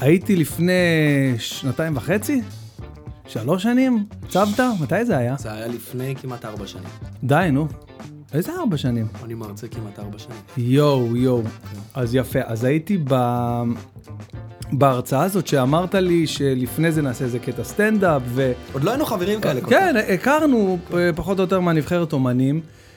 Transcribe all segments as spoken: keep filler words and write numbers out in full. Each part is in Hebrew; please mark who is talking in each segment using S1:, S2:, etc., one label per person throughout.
S1: הייתי לפני שנתיים וחצי? שלוש שנים? צוותא? מתי זה היה?
S2: זה היה לפני כמעט ארבע שנים.
S1: די, נו. איזה ארבע שנים?
S2: אני מרצה כמעט ארבע שנים.
S1: יואו, יואו. אז יפה. אז הייתי ב... בהרצאה הזאת שאמרת לי שלפני זה נעשה איזה קטע סטנדאפ ו...
S2: עוד לא היינו חברים כאלה.
S1: כן, הכרנו פחות או יותר מהנבחרת אומנים,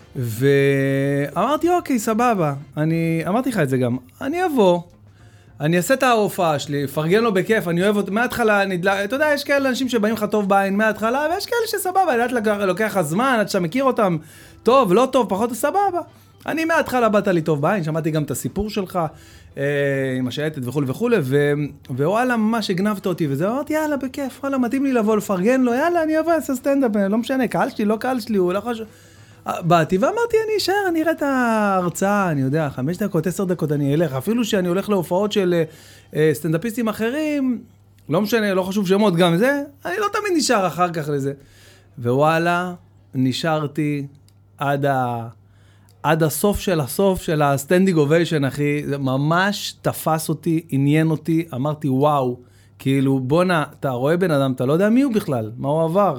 S1: ואמרתי, אוקיי, סבבה. אני אמרתי לך את זה גם. אני אבוא, אני אעשה את ההופעה שלי, פרגן לו בכיף, אני אוהב אותו, מההתחלה, נדלה, אתה יודע, יש כאלה אנשים שבאים לך טוב בעין מההתחלה, ויש כאלה שסבבה, אני לוקח לך זמן, עד שאתה מכיר אותם, טוב, לא טוב, פחות סבבה. אני מההתחלה באת לי טוב בעין, שמעתי גם את הסיפור שלך, אה, עם השייטת וכו' וכו', ו, ווואלה, ממש הגנבת אותי, וזה, אמרתי, יאללה, בכיף, וואלה, מתאים לי לבוא לפרגן לו, יאללה, אני אבוא, אעשה סטנדאפ, לא משנה, קהל שלי, לא קהל שלי, הוא לא חשוב. באתי ואמרתי, אני אשאר, אני אראה את ההרצאה, אני יודע, חמש דקות, עשר דקות אני אלך, אפילו שאני הולך להופעות של אה, סטנדאפיסטים אחרים, לא משנה, לא חשוב שמות גם זה, אני לא תמיד נשאר אחר כך לזה. ווואלה, נשארתי עד, ה... עד הסוף של הסוף של הסטנדינג אוביישן, אחי, זה ממש תפס אותי, עניין אותי, אמרתי, וואו, כאילו, בונה, אתה רואה בן אדם, אתה לא יודע מי הוא בכלל, מה הוא עבר.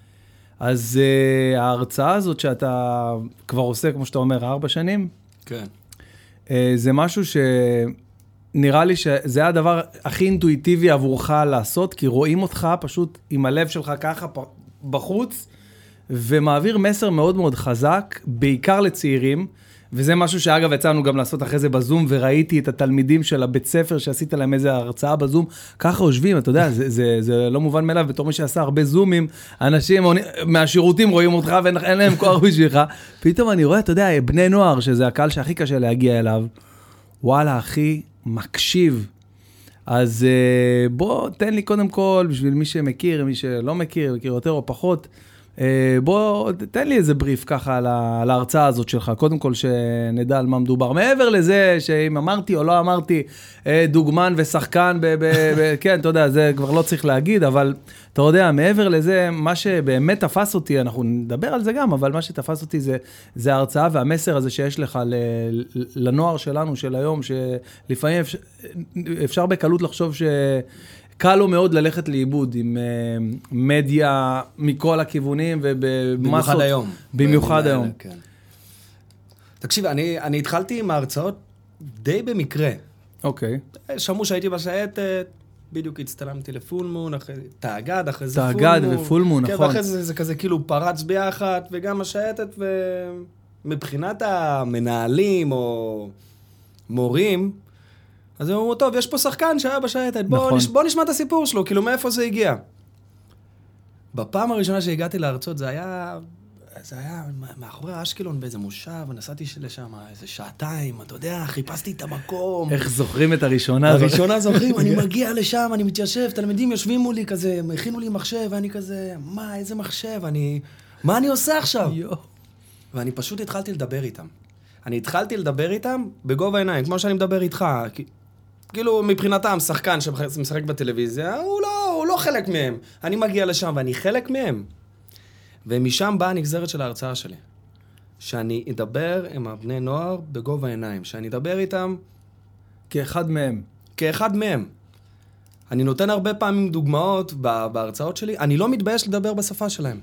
S1: אז uh, ההרצאה הזאת שאתה כבר עושה, כמו שאתה אומר, ארבע שנים,
S2: כן.
S1: uh, זה משהו שנראה לי שזה הדבר הכי אינטואיטיבי עבורך לעשות, כי רואים אותך פשוט עם הלב שלך ככה בחוץ, ומעביר מסר מאוד מאוד חזק, בעיקר לצעירים, וזה משהו שאגב יצאנו גם לעשות אחרי זה בזום, וראיתי את התלמידים של הבית ספר שעשית להם איזו הרצאה בזום, ככה יושבים, אתה יודע, זה, זה, זה לא מובן מאליו, בתור מי שעשה הרבה זומים, אנשים מהשירותים רואים אותך ואין להם כוח בשבילך, פתאום אני רואה, אתה יודע, בני נוער, שזה הקהל שהכי קשה להגיע אליו, וואלה, הכי מקשיב. אז בוא, תן לי קודם כל, בשביל מי שמכיר, מי שלא מכיר, מכיר יותר או פחות, בוא, תן לי איזה בריף ככה על ההרצאה הזאת שלך, קודם כל שנדע על מה מדובר. מעבר לזה שאם אמרתי או לא אמרתי דוגמן ושחקן, ב- ב- ב- כן, אתה יודע, זה כבר לא צריך להגיד, אבל אתה יודע, מעבר לזה, מה שבאמת תפס אותי, אנחנו נדבר על זה גם, אבל מה שתפס אותי זה, זה ההרצאה והמסר הזה שיש לך ל- לנוער שלנו, של היום, שלפעמים אפשר, אפשר בקלות לחשוב ש... קל לו מאוד ללכת לאיבוד עם uh, מדיה מכל הכיוונים ובמסות.
S2: במיוחד היום.
S1: במיוחד היום.
S2: כן. תקשיב, אני, אני התחלתי עם ההרצאות די במקרה.
S1: אוקיי.
S2: שמעו שהייתי בשייטת, בדיוק הצטלמתי לפול מון, אחרי תאגד, אחרי זה פול מון.
S1: תאגד ופול מון, נכון.
S2: כן, ואחרי זה זה כזה כאילו פרץ ביחד, וגם השייטת, ומבחינת המנהלים או מורים, אז הם אמרו, טוב, יש פה שחקן שהיה בשייטת, בוא, נכון. נש... בוא נשמע את הסיפור שלו, כאילו מאיפה זה הגיע. בפעם הראשונה שהגעתי להרצות, זה היה, זה היה מאחורי אשקלון באיזה מושב, ונסעתי לשם איזה שעתיים, אתה יודע, חיפשתי את המקום.
S1: איך זוכרים את הראשונה?
S2: הראשונה זוכרים, אני מגיע לשם, אני מתיישב, תלמידים יושבים מולי כזה, הכינו לי מחשב, ואני כזה, מה, איזה מחשב, אני, מה אני עושה עכשיו? ואני פשוט התחלתי לדבר איתם. אני התחלתי לדבר איתם בגובה העיניים, כמו שאני מדבר איתך, כאילו, מבחינתם, שחקן שמשחק בטלוויזיה, הוא לא, הוא לא חלק מהם. אני מגיע לשם ואני חלק מהם. ומשם באה הנגזרת של ההרצאה שלי. שאני אדבר עם הבני נוער בגובה העיניים. שאני אדבר איתם...
S1: כאחד מהם.
S2: כאחד מהם. אני נותן הרבה פעמים דוגמאות בהרצאות שלי. אני לא מתבייש לדבר בשפה שלהם.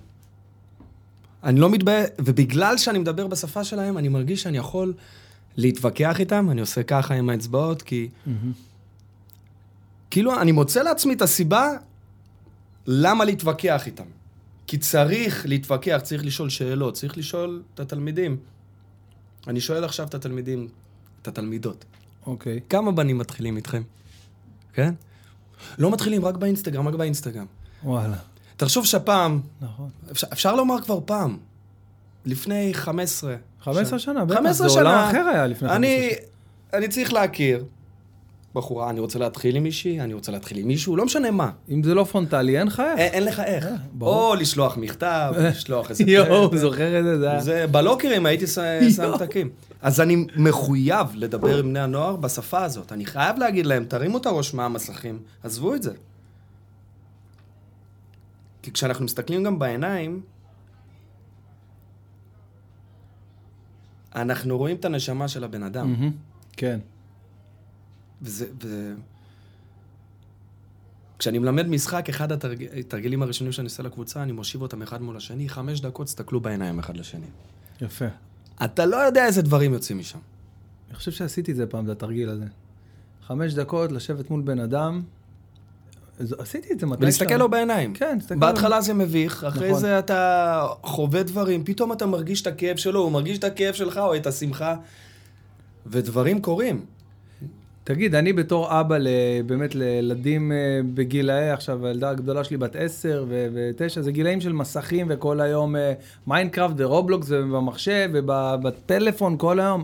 S2: אני לא מתבייש... ובגלל שאני מדבר בשפה שלהם, אני מרגיש שאני יכול... להתווכח איתם, אני עושה ככה עם האצבעות, כי... Mm-hmm. כאילו, אני מוצא לעצמי את הסיבה למה להתווכח איתם. כי צריך להתווכח, צריך לשאול שאלות, צריך לשאול את התלמידים. אני שואל עכשיו את התלמידים, את התלמידות.
S1: אוקיי. Okay.
S2: כמה בנים מתחילים איתכם? כן? לא מתחילים, רק באינסטגרם, רק באינסטגרם.
S1: וואלה.
S2: תחשוב שפעם,
S1: נכון.
S2: אפשר, אפשר לומר כבר פעם, לפני חמש עשרה.
S1: חמש עשרה שנה, בטח.
S2: חמש עשרה
S1: זה
S2: שנה.
S1: עולם אחר היה לפני חמש עשרה
S2: אני,
S1: שנה.
S2: אני צריך להכיר בחורה, אני רוצה להתחיל עם מישהי, אני רוצה להתחיל עם מישהו, לא משנה מה.
S1: אם זה לא פרונטלי, אין לך איך.
S2: אין, אין לך איך.
S1: ברור.
S2: או לשלוח מכתב, לשלוח איזה...
S1: יואו, זוכר את זה, זה...
S2: זה בלוקרים, הייתי שם תקים. אז אני מחויב לדבר עם בני הנוער בשפה הזאת. אני חייב להגיד להם, תרימו את הראש מהמסכים, עזבו את זה. כי כשאנחנו מסתכלים גם בעיניים, אנחנו רואים את הנשמה של הבן אדם.
S1: Mm-hmm. כן.
S2: וזה, וזה... כשאני מלמד משחק, אחד התרגילים הראשונים שאני עושה לקבוצה, אני מושיב אותם אחד מול השני, חמש דקות, סתכלו בעיניים אחד לשני.
S1: יפה.
S2: אתה לא יודע איזה דברים יוצאים משם.
S1: אני חושב שעשיתי את זה פעם, זה התרגיל הזה. חמש דקות, לשבת מול בן אדם, עשיתי את זה מתי
S2: ולהסתכל לו בעיניים.
S1: כן, תסתכל לו.
S2: בהתחלה זה מביך, אחרי
S1: נכון.
S2: זה אתה חווה דברים, פתאום אתה מרגיש את הכאב שלו, הוא מרגיש את הכאב שלך או את השמחה, ודברים קורים.
S1: תגיד, אני בתור אבא באמת לילדים בגילאי, עכשיו הילדה הגדולה שלי בת עשר ותשע, זה גילאים של מסכים וכל היום מיינקראפט ורובלוקס ובמחשב ובטלפון כל היום.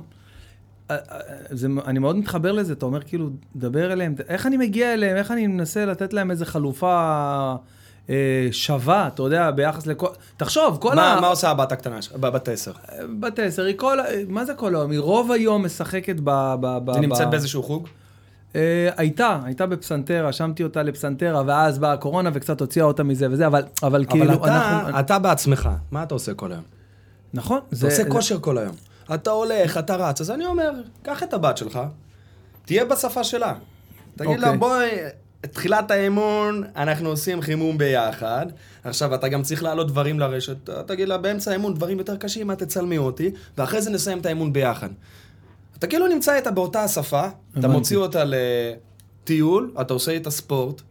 S1: זה, אני מאוד מתחבר לזה, אתה אומר כאילו, דבר אליהם, איך אני מגיע אליהם, איך אני מנסה לתת להם איזו חלופה אה, שווה, אתה יודע, ביחס לכל... תחשוב, כל
S2: מה,
S1: ה...
S2: מה עושה הבת הקטנה, בת עשר?
S1: בת עשר, היא כל... מה זה כל היום? היא רוב היום משחקת ב... ב, ב
S2: היא נמצאת
S1: ב...
S2: באיזשהו חוג?
S1: אה, הייתה, הייתה בפסנתרה, רשמתי אותה לפסנתרה, ואז באה הקורונה וקצת הוציאה אותה מזה וזה, אבל, אבל כאילו...
S2: אבל אתה,
S1: אנחנו...
S2: אתה בעצמך, מה אתה עושה כל היום?
S1: נכון.
S2: אתה
S1: זה...
S2: עושה כושר כל היום. אתה הולך, אתה רץ, אז אני אומר, קח את הבת שלך, תהיה בשפה שלה. תגיד לה, בואי, תחילת האימון, אנחנו עושים חימום ביחד, עכשיו אתה גם צריך להעלות דברים לרשת, תגיד לה, באמצע האימון דברים יותר קשים, את תצלמי אותי, ואחרי זה נסיים את האימון ביחד. אתה כאילו נמצא איתה באותה השפה, אתה מוציא אותה לטיול, אתה עושה איתה ספורט,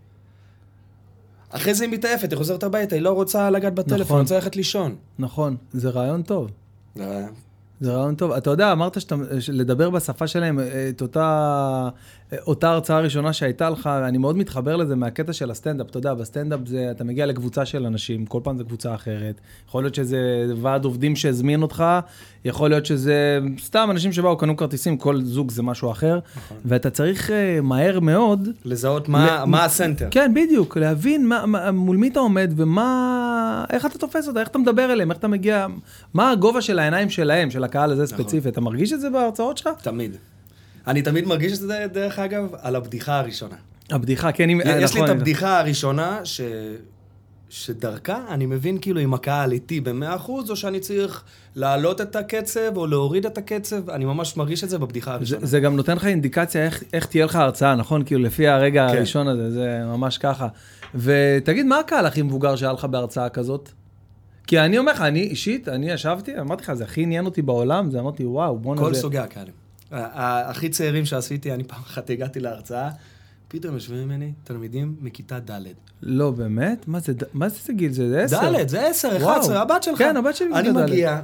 S2: אחרי זה היא מתעפת, היא חוזרת הביתה, היא לא רוצה לגעת בטלפון, היא רוצה ללכת לישון.
S1: נכון, זה רעיון טוב.
S2: זה...
S1: זה רעיון טוב. אתה יודע, אמרת שאתה, לדבר בשפה שלהם, את אותה, אותה הרצאה הראשונה שהייתה לך, אני מאוד מתחבר לזה מהקטע של הסטנדאפ. אתה יודע, בסטנדאפ זה, אתה מגיע לקבוצה של אנשים, כל פעם זה קבוצה אחרת. יכול להיות שזה ועד עובדים שהזמין אותך, יכול להיות שזה סתם אנשים שבאו, קנו כרטיסים, כל זוג זה משהו אחר, נכון. ואתה צריך מהר מאוד...
S2: לזהות מה, מה הסנטר.
S1: כן, בדיוק. להבין מה, מה, מול מי אתה עומד ומה... איך אתה תופס אותה, איך אתה מדבר אליהם, איך אתה מגיע... מה הגובה של העיניים שלהם, של הקהל הזה ספציפי. אתה מרגיש את זה בהרצאות שלך?
S2: תמיד. אני תמיד מרגיש את זה, דרך אגב, על הבדיחה הראשונה.
S1: הבדיחה, כן.
S2: יש לי את הבדיחה הראשונה, ש... שדרכה אני מבין כאילו אם הקהל איתי ב-מאה אחוז, או שאני צריך להעלות את הקצב, או להוריד את הקצב, אני ממש מרגיש את זה בבדיחה הראשונה.
S1: זה גם נותן לך אינדיקציה איך, איך תהיה לך הרצאה, נכון? כאילו לפי הרגע כן. הראשון הזה, זה ממש ככה. ותגיד, מה הקהל הכי מבוגר שהיה לך בהרצאה כזאת? כי אני אומר לך, אני אישית, אני ישבתי, אמרתי לך, זה הכי עניין אותי בעולם, זה אמרתי, וואו, בוא נזה.
S2: כל סוגי הקהלים. הכי צעירים שעשיתי, אני פעם אחת הגעתי להרצאה, פתאום יושבים ממני תלמידים מכיתה ד'.
S1: לא, באמת? מה זה, מה זה זה גיל? זה עשר?
S2: ד', זה עשר, אחד עשר, הבת שלך.
S1: כן, הבת שלי מכיתה ד'.
S2: אני מגיע,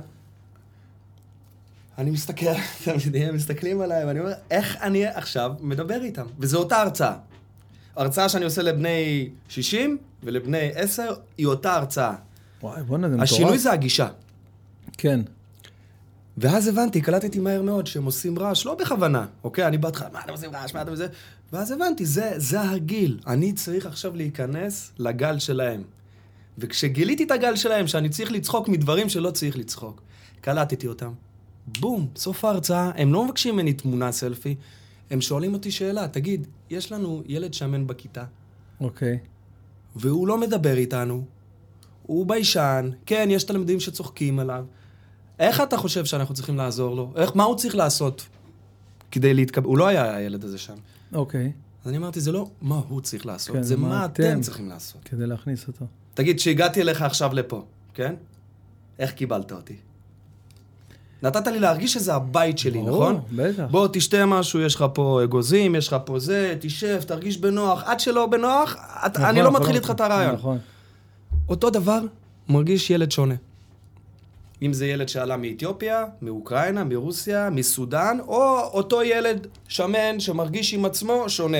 S2: אני מסתכל, תלמידים מסתכלים עליי, ואני אומר, איך אני עכשיו מדבר איתם? וזו אותה הרצאה. הרצאה שאני עושה לבני שישים ולבני עשר, היא אותה הרצאה.
S1: וואי, בוא נדע, מטורף.
S2: השינוי זה הגישה.
S1: כן.
S2: ואז הבנתי, קלטתי מהר מאוד שהם עושים רעש, לא בכוונה, אוקיי? אני באתך, מה אתם עושים רעש, מה אתם עושים? ואז הבנתי, זה, זה הגיל. אני צריך עכשיו להיכנס לגל שלהם. וכשגיליתי את הגל שלהם, שאני צריך לצחוק מדברים שלא צריך לצחוק, קלטתי אותם. בום, סוף ההרצאה, הם לא מבקשים ממני תמונה סלפי, הם שואלים אותי שאלה, תגיד, יש לנו ילד שמן בכיתה.
S1: אוקיי.
S2: והוא לא מדבר איתנו, הוא ביישן, כן, יש תלמידים שצוחקים עליו. איך אתה חושב שאנחנו צריכים לעזור לו? איך, מה הוא צריך לעשות כדי להתקבל? הוא לא היה הילד הזה שם.
S1: אוקיי.
S2: אז אני אמרתי, זה לא מה הוא צריך לעשות,
S1: כן,
S2: זה
S1: מה
S2: מה
S1: אתם
S2: אתם צריכים לעשות.
S1: כדי להכניס אותו.
S2: תגיד, שהגעתי אליך עכשיו לפה, כן? איך קיבלת אותי? נתת לי להרגיש שזה הבית שלי,
S1: ברור,
S2: נכון?
S1: בטח.
S2: בוא, תשתה משהו, יש לך פה אגוזים, יש לך פה זה, תשב, תרגיש בנוח. עד שלא בנוח, את,
S1: נכון,
S2: אני לא
S1: נכון,
S2: מתחיל איתך את הרעיון.
S1: נכון.
S2: אותו דבר, מרגיש ילד שונה. אם זה ילד שעלה מאתיופיה, מאוקראינה, מרוסיה, מסודן, או אותו ילד שמן שמרגיש עם עצמו שונה.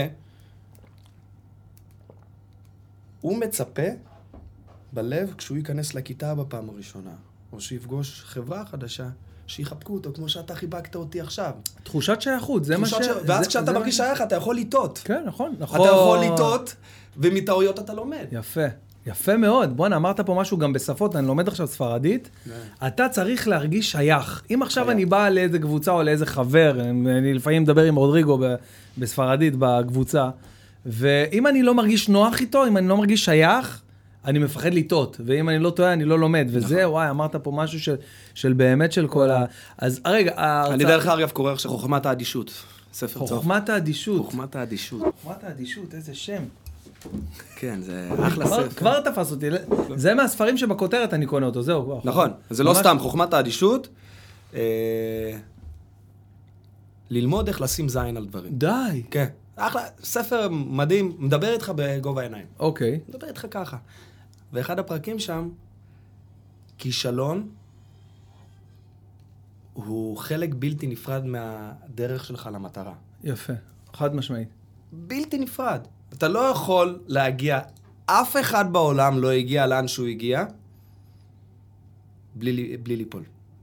S2: הוא מצפה בלב כשהוא ייכנס לכיתה בפעם הראשונה, או שיפגוש חברה חדשה, שיחבקו אותו כמו שאתה חיבקת אותי עכשיו.
S1: תחושת שייכות, זה מה ש...
S2: ואז זה, כשאתה מרגיש שייך, אתה יכול לטעות.
S1: כן, נכון, נכון.
S2: אתה יכול לטעות, ומטעויות אתה לומד.
S1: יפה. יפה מאוד. בוא'נה, אמרת פה משהו גם בשפות, אני לומד עכשיו ספרדית. אתה צריך להרגיש שייך. אם עכשיו אני בא לאיזה קבוצה או לאיזה חבר, אני לפעמים מדבר עם רודריגו בספרדית בקבוצה, ואם אני לא מרגיש נוח איתו, אם אני לא מרגיש שייך, אני מפחד לטעות. ואם אני לא טועה, אני לא לומד. וזה, וואי, אמרת פה משהו של, של באמת של כל ה... אז רגע,
S2: אני דרך אגב קורא עכשיו חוכמת האדישות. ספר צהוב.
S1: חוכמת האדישות.
S2: חוכמת האדישות.
S1: חוכמת האדישות, איזה שם.
S2: כן, זה אחלה
S1: כבר-
S2: ספר.
S1: כבר תפס אותי, זה מהספרים שבכותרת אני קונה אותו, זהו.
S2: נכון, זה לא
S1: ממש-
S2: סתם, חוכמת האדישות, אה, ללמוד איך לשים זין על דברים.
S1: די.
S2: כן, אחלה, ספר מדהים, מדבר איתך בגובה העיניים.
S1: אוקיי.
S2: מדבר איתך ככה. ואחד הפרקים שם, כישלון, הוא חלק בלתי נפרד מהדרך שלך למטרה.
S1: יפה, חד משמעית.
S2: בלתי נפרד. אתה לא יכול להגיע, אף אחד בעולם לא הגיע לאן שהוא הגיע, בלי, בלי ליפול.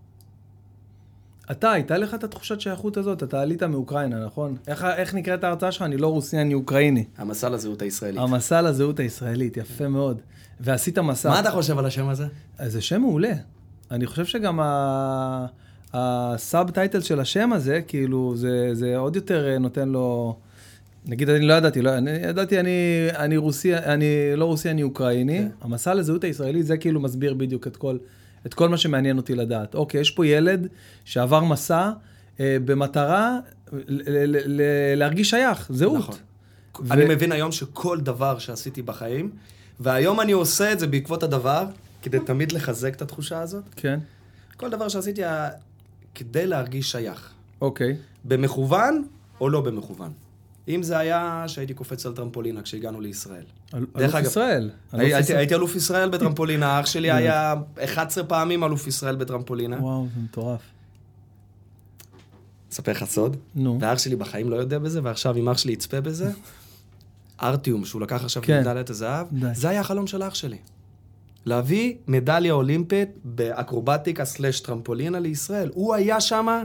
S1: אתה, הייתה לך את התחושת שייכות הזאת, אתה עלית מאוקראינה, נכון? איך, איך נקראת ההרצאה שלך? אני לא רוסי, אני אוקראיני.
S2: המסע לזהות הישראלית.
S1: המסע לזהות הישראלית, יפה מאוד. ועשית מסע.
S2: מה אתה חושב על השם הזה?
S1: אז זה שם מעולה. אני חושב שגם ה... הסאב טייטל של השם הזה, כאילו, זה, זה עוד יותר נותן לו... נגיד, אני לא ידעתי, לא, אני ידעתי, אני, אני רוסי, אני לא רוסי, אני אוקראיני.
S2: כן.
S1: המסע לזהות הישראלית, זה כאילו מסביר בדיוק את כל, את כל מה שמעניין אותי לדעת. אוקיי, יש פה ילד שעבר מסע אה, במטרה ל- ל- ל- להרגיש שייך, זהות.
S2: נכון.
S1: ו-
S2: אני מבין היום שכל דבר שעשיתי בחיים, והיום אני עושה את זה בעקבות הדבר, כדי תמיד לחזק את התחושה הזאת.
S1: כן,
S2: כל דבר שעשיתי היה כדי להרגיש שייך.
S1: אוקיי.
S2: במכוון או לא במכוון. אם זה היה שהייתי קופץ על טרמפולינה כשהגענו לישראל.
S1: אל-
S2: דרך
S1: אלוף
S2: אגב,
S1: ישראל. אלוף
S2: הייתי,
S1: ישראל.
S2: הייתי אלוף ישראל בטרמפולינה, אח שלי היה אחת עשרה פעמים אלוף ישראל בטרמפולינה.
S1: וואו, זה מטורף.
S2: אספר לך סוד,
S1: נו.
S2: ואח שלי בחיים לא יודע בזה, ועכשיו אם אח שלי יצפה בזה, ארטיום, שהוא לקח עכשיו
S1: כן.
S2: מדליית הזהב,
S1: די.
S2: זה היה החלום של אח שלי. להביא מדליה אולימפית באקרובטיקה סלש טרמפולינה לישראל. הוא היה שמה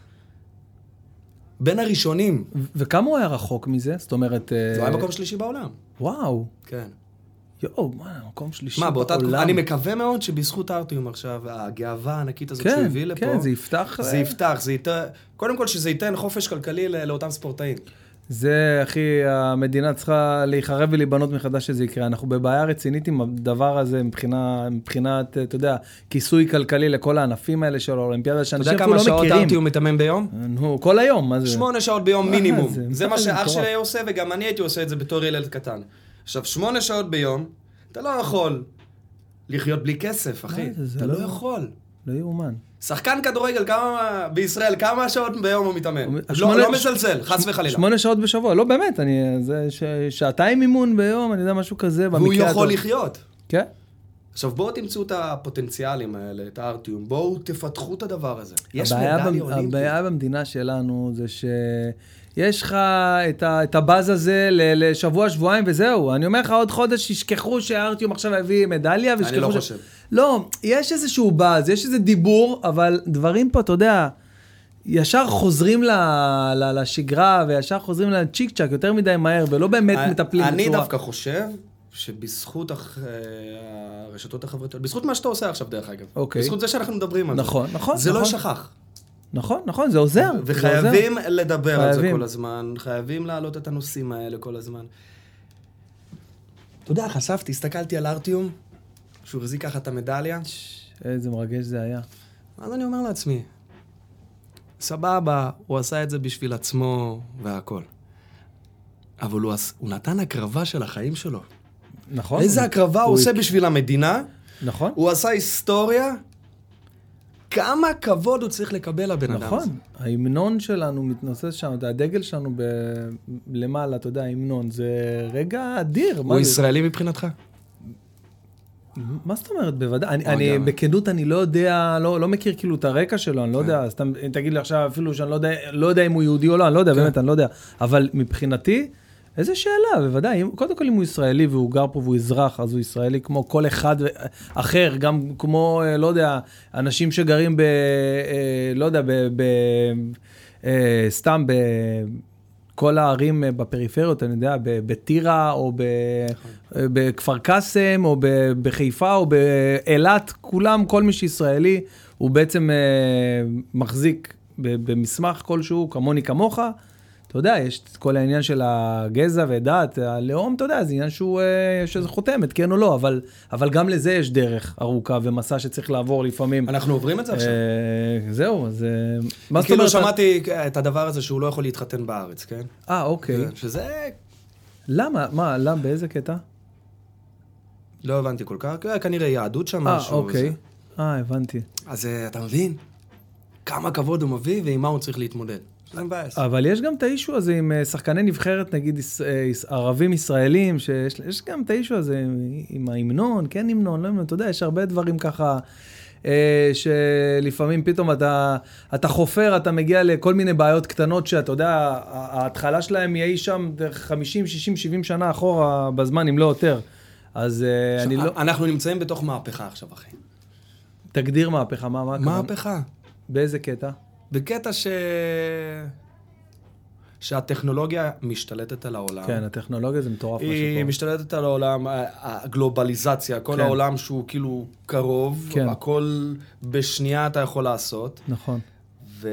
S2: בין הראשונים.
S1: ו- וכמה הוא היה רחוק מזה? זאת אומרת...
S2: זה
S1: אה,
S2: היה מקום שלישי בעולם.
S1: וואו.
S2: כן.
S1: יואו, מה, מקום שלישי
S2: מה, באותה תקופה,
S1: בעולם.
S2: אני מקווה מאוד שבזכות ארטיום עכשיו, הגאווה הענקית הזאת שהוא
S1: כן,
S2: הביא לפה,
S1: כן, זה יפתח...
S2: זה יפתח, זה ייתן, קודם כל שזה ייתן חופש כלכלי לא- לאותם ספורטאים.
S1: זה, אחי, המדינה צריכה להיחרב ולהיבנות מחדש שזה יקרה. אנחנו בבעיה רצינית עם הדבר הזה מבחינה, מבחינת, אתה יודע, כיסוי כלכלי לכל הענפים האלה של האולימפיאדה,
S2: אתה
S1: שאנשים
S2: יודע
S1: אפילו
S2: כמה
S1: לא
S2: שעות
S1: מכירים.
S2: ארטיום מתאמן ביום?
S1: נו, כל היום, מה זה?
S2: שמונה שעות ביום
S1: מה
S2: מינימום.
S1: זה?
S2: זה
S1: מה
S2: מה
S1: זה
S2: שאח
S1: מטורף?
S2: שלי היה עושה, וגם אני הייתי עושה את זה בתור ילד קטן. עכשיו, שמונה שעות ביום, אתה לא יכול לחיות בלי כסף, אחי.
S1: זה? זה
S2: אתה
S1: לא-
S2: לא יכול.
S1: לא יאומן.
S2: שחקן כדורגל, כמה בישראל, כמה שעות ביום הוא מתאמן?
S1: הוא-
S2: לא
S1: שמונה-
S2: לא מזלזל, חס וחלילה.
S1: שמונה שעות בשבוע, לא באמת, אני, זה ש, שעתיים אימון ביום, אני יודע, משהו כזה,
S2: והוא
S1: במקרה
S2: יכול
S1: הטוב.
S2: לחיות.
S1: כן,
S2: עכשיו בואו תמצאו את הפוטנציאלים האלה, את הארטיום, בואו תפתחו את הדבר הזה. יש
S1: הבעיה
S2: מדליה
S1: במ-
S2: אולימפית.
S1: הבעיה במדינה שלנו זה שיש לך את, ה, את הבאז הזה ל- לשבוע, שבועיים וזהו. אני אומר לך עוד חודש, ישכחו שהארטיום עכשיו הביא מדליה, וישכחו
S2: אני לא
S1: ש...
S2: חושב.
S1: לא, יש איזשהו באז, יש איזה דיבור, אבל דברים פה, אתה יודע, ישר חוזרים ל, ל, לשגרה, וישר חוזרים לצ'יק צ'ק יותר מדי מהר, ולא באמת
S2: אני-
S1: מטפלים
S2: אני
S1: בצורה.
S2: דווקא חושב שבזכות הח- אה, הרשתות החברתיות, בזכות מה שאתה עושה עכשיו דרך אגב,
S1: אוקיי.
S2: בזכות זה שאנחנו מדברים על זה,
S1: נכון, נכון,
S2: זה לא
S1: נכון.
S2: שכח.
S1: נכון, נכון, זה עוזר. זה עוזר.
S2: וחייבים לדבר על זה
S1: חייבים.
S2: כל הזמן, חייבים להעלות את הנושאים האלה כל הזמן. אתה יודע, חשבתי, הסתכלתי על ארטיום, שהוא החזיק ככה את המדליה,
S1: איזה מרגש זה היה.
S2: אז אני אומר לעצמי, סבבה, הוא עשה את זה בשביל עצמו והכל. אבל הוא, עש- הוא נתן הקרבה של החיים שלו.
S1: נכון.
S2: איזה הקרבה הוא עושה
S1: הק-
S2: בשביל המדינה,
S1: נכון.
S2: הוא עשה היסטוריה, כמה כבוד הוא צריך לקבל לבן אדם הזה.
S1: נכון, ההמנון שלנו מתנוסס שם, הדגל שלנו ב... למעלה, אתה יודע, ההמנון, זה רגע אדיר. מה
S2: הוא
S1: זה?
S2: ישראלי מבחינתך?
S1: מה זאת אומרת? בוודאי. אני,
S2: אה,
S1: אני
S2: גם.
S1: בכנות, אני לא יודע, לא, לא מכיר כאילו את הרקע שלו, אני לא יודע, סתם, אם תגיד לי עכשיו אפילו שאני לא יודע, לא יודע אם הוא יהודי או לא, אני לא יודע, באמת, אני לא יודע. אבל מבחינתי, איזה שאלה, בוודאי. אם- קודם כל, אם הוא ישראלי והוא גר פה והוא אזרח, אז הוא ישראלי כמו כל אחד ו- אחר, גם כמו, אה, לא יודע, אנשים שגרים ב... אה, לא יודע, ב... ב אה, סתם ב... כל הערים אה, בפריפריות, אני יודע, ב- בטירה או ב- אה, בכפר קאסם או ב- בחיפה או באילת, כולם, כל מי שישראלי, הוא בעצם אה, מחזיק ב- במסמך כלשהו, כמוני כמוך. אתה יודע, יש את כל העניין של הגזע ודת, הלאום, אתה יודע, זה עניין שהוא, אה, יש איזה חותמת, כן או לא, אבל, אבל גם לזה יש דרך ארוכה ומסע שצריך לעבור לפעמים.
S2: אנחנו עוברים את זה עכשיו.
S1: אה, זהו, אז... אה, מה זאת
S2: כאילו
S1: אומרת?
S2: שמעתי את הדבר הזה שהוא לא יכול להתחתן בארץ, כן?
S1: אה, אוקיי.
S2: שזה...
S1: למה? מה, למה? באיזה קטע?
S2: לא הבנתי כל כך, כנראה יהדות שם
S1: אה,
S2: משהו.
S1: אוקיי. אה, הבנתי.
S2: אז אתה מבין? כמה כבוד הוא מביא ועם מה הוא צריך להתמודד. זה מבאס.
S1: אבל יש גם את האישו הזה עם שחקני נבחרת, נגיד ערבים ישראלים, שיש גם את האישו הזה עם ההמנון, כן המנון, לא המנון, אתה יודע, יש הרבה דברים ככה, שלפעמים פתאום אתה, אתה חופר, אתה מגיע לכל מיני בעיות קטנות, שאתה יודע, ההתחלה שלהם יהיה שם דרך חמישים, שישים, שבעים שנה אחורה בזמן, אם לא יותר. אז אני לא...
S2: אנחנו נמצאים בתוך מהפכה עכשיו, אחי.
S1: תגדיר מהפכה, מה, מה?
S2: מהפכה.
S1: באיזה קטע?
S2: בקטע ש... שהטכנולוגיה משתלטת על העולם.
S1: כן, הטכנולוגיה זה מטורף.
S2: היא משתלטת על העולם, הגלובליזציה, כל כן. העולם שהוא כאילו קרוב, כן. הכל בשנייה אתה יכול לעשות.
S1: נכון.
S2: ו...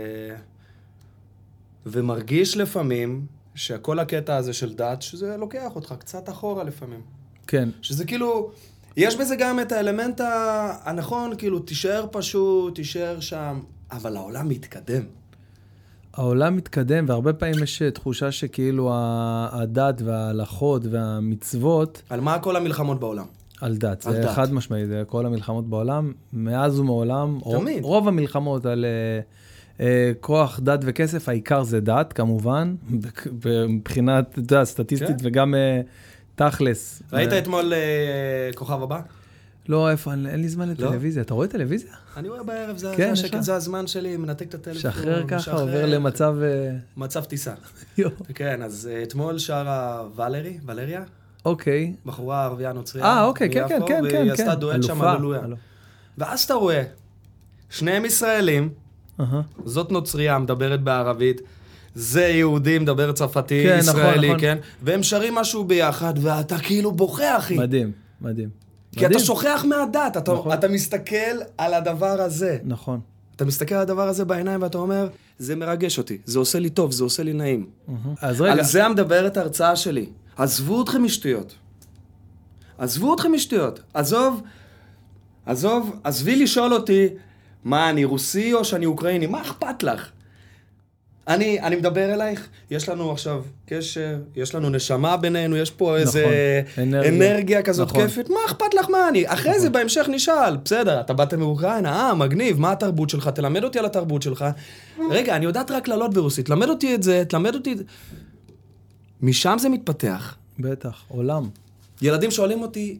S2: ומרגיש לפעמים שכל הקטע הזה של דת, שזה לוקח אותך קצת אחורה לפעמים.
S1: כן.
S2: שזה כאילו... יש בזה גם את האלמנט הנכון, כאילו, תישאר פשוט, תישאר שם, אבל העולם מתקדם.
S1: העולם מתקדם, והרבה פעמים יש תחושה שכאילו הדת וההלכות והמצוות...
S2: על מה כל המלחמות בעולם?
S1: על דת, זה דת. חד משמעי, זה כל המלחמות בעולם, מאז ומעולם.
S2: תמיד.
S1: רוב, רוב המלחמות על uh, uh, כוח, דת וכסף, העיקר זה דת, כמובן, מבחינת דת, סטטיסטית, כן. וגם... Uh, תכלס.
S2: ראית אתמול כוכב הבא?
S1: לא, איפה, אין לי זמן לטלוויזיה. אתה רואה טלוויזיה?
S2: אני רואה בערב, זה הזמן שלי, מנתק את הטלפון.
S1: שחרר ככה, עובר למצב...
S2: מצב טיסה. כן, אז אתמול שרה ולרי, ולריה.
S1: אוקיי.
S2: בחורה ערבייה נוצריה.
S1: אה, אוקיי, כן, כן, כן.
S2: והיא עשתה דואט שם הללויה. ואז אתה רואה, שניהם ישראלים, זאת נוצריה, מדברת בערבית, זה יהודי, מדבר צרפתי, כן, ישראלי, נכון, כן? נכון. והם שרים משהו ביחד, ואתה כאילו בוכה, אחי.
S1: מדהים, מדהים.
S2: כי מדהים. אתה שוכח מהדת, אתה, נכון. אתה מסתכל על הדבר הזה.
S1: נכון.
S2: אתה מסתכל על הדבר הזה בעיניים, ואתה אומר, זה מרגש אותי, זה עושה לי טוב, זה עושה לי נעים.
S1: אז רגע.
S2: על זה המדברת ההרצאה שלי. עזבו אתכם משטויות. עזבו אתכם משטויות. עזוב, עזוב, עזבי לשאול אותי, מה, אני רוסי או שאני אוקראיני? מה אכפת לך? אני, אני מדבר אלייך, יש לנו עכשיו קשר, יש לנו נשמה בינינו, יש פה איזה נכון, אנרגיה. אנרגיה כזאת נכון. כיפית, מה אכפת לך מה אני? אחרי נכון. זה בהמשך נשאל, בסדר, אתה באת מאוקראינה, אה, מגניב, מה התרבות שלך? תלמד אותי על התרבות שלך. רגע, אני יודעת רק לעלות ברוסית, תלמד אותי את זה, תלמד אותי את זה. משם זה מתפתח.
S1: בטח, עולם.
S2: ילדים שואלים אותי,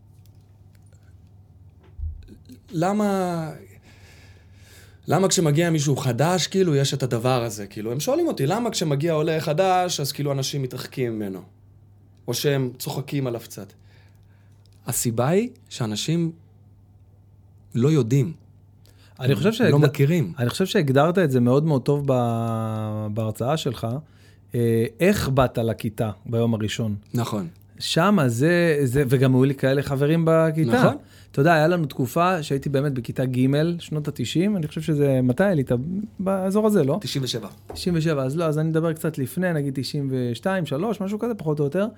S2: למה... למה כשמגיע מישהו חדש, כאילו, יש את הדבר הזה? כאילו, הם שואלים אותי, למה כשמגיע עולה חדש, אז כאילו אנשים מתרחקים ממנו? או שהם צוחקים עליו קצת. הסיבה היא שאנשים לא יודעים.
S1: אני חושב שהגד...
S2: לא מכירים.
S1: אני חושב שהגדרת את זה מאוד מאוד טוב בהרצאה שלך. איך באת לכיתה ביום הראשון?
S2: נכון.
S1: שם זה, זה, וגם היו לי כאלה חברים בכיתה. נכון. אתה יודע, היה לנו תקופה שהייתי באמת בכיתה ג' שנות ה-תשעים, אני חושב שזה, מתי עלית? באזור הזה, לא?
S2: תשעים ושבע.
S1: תשעים ושבע, אז לא, אז אני מדבר קצת לפני, נגיד תשעים ושתיים, שלוש, משהו כזה, פחות או יותר.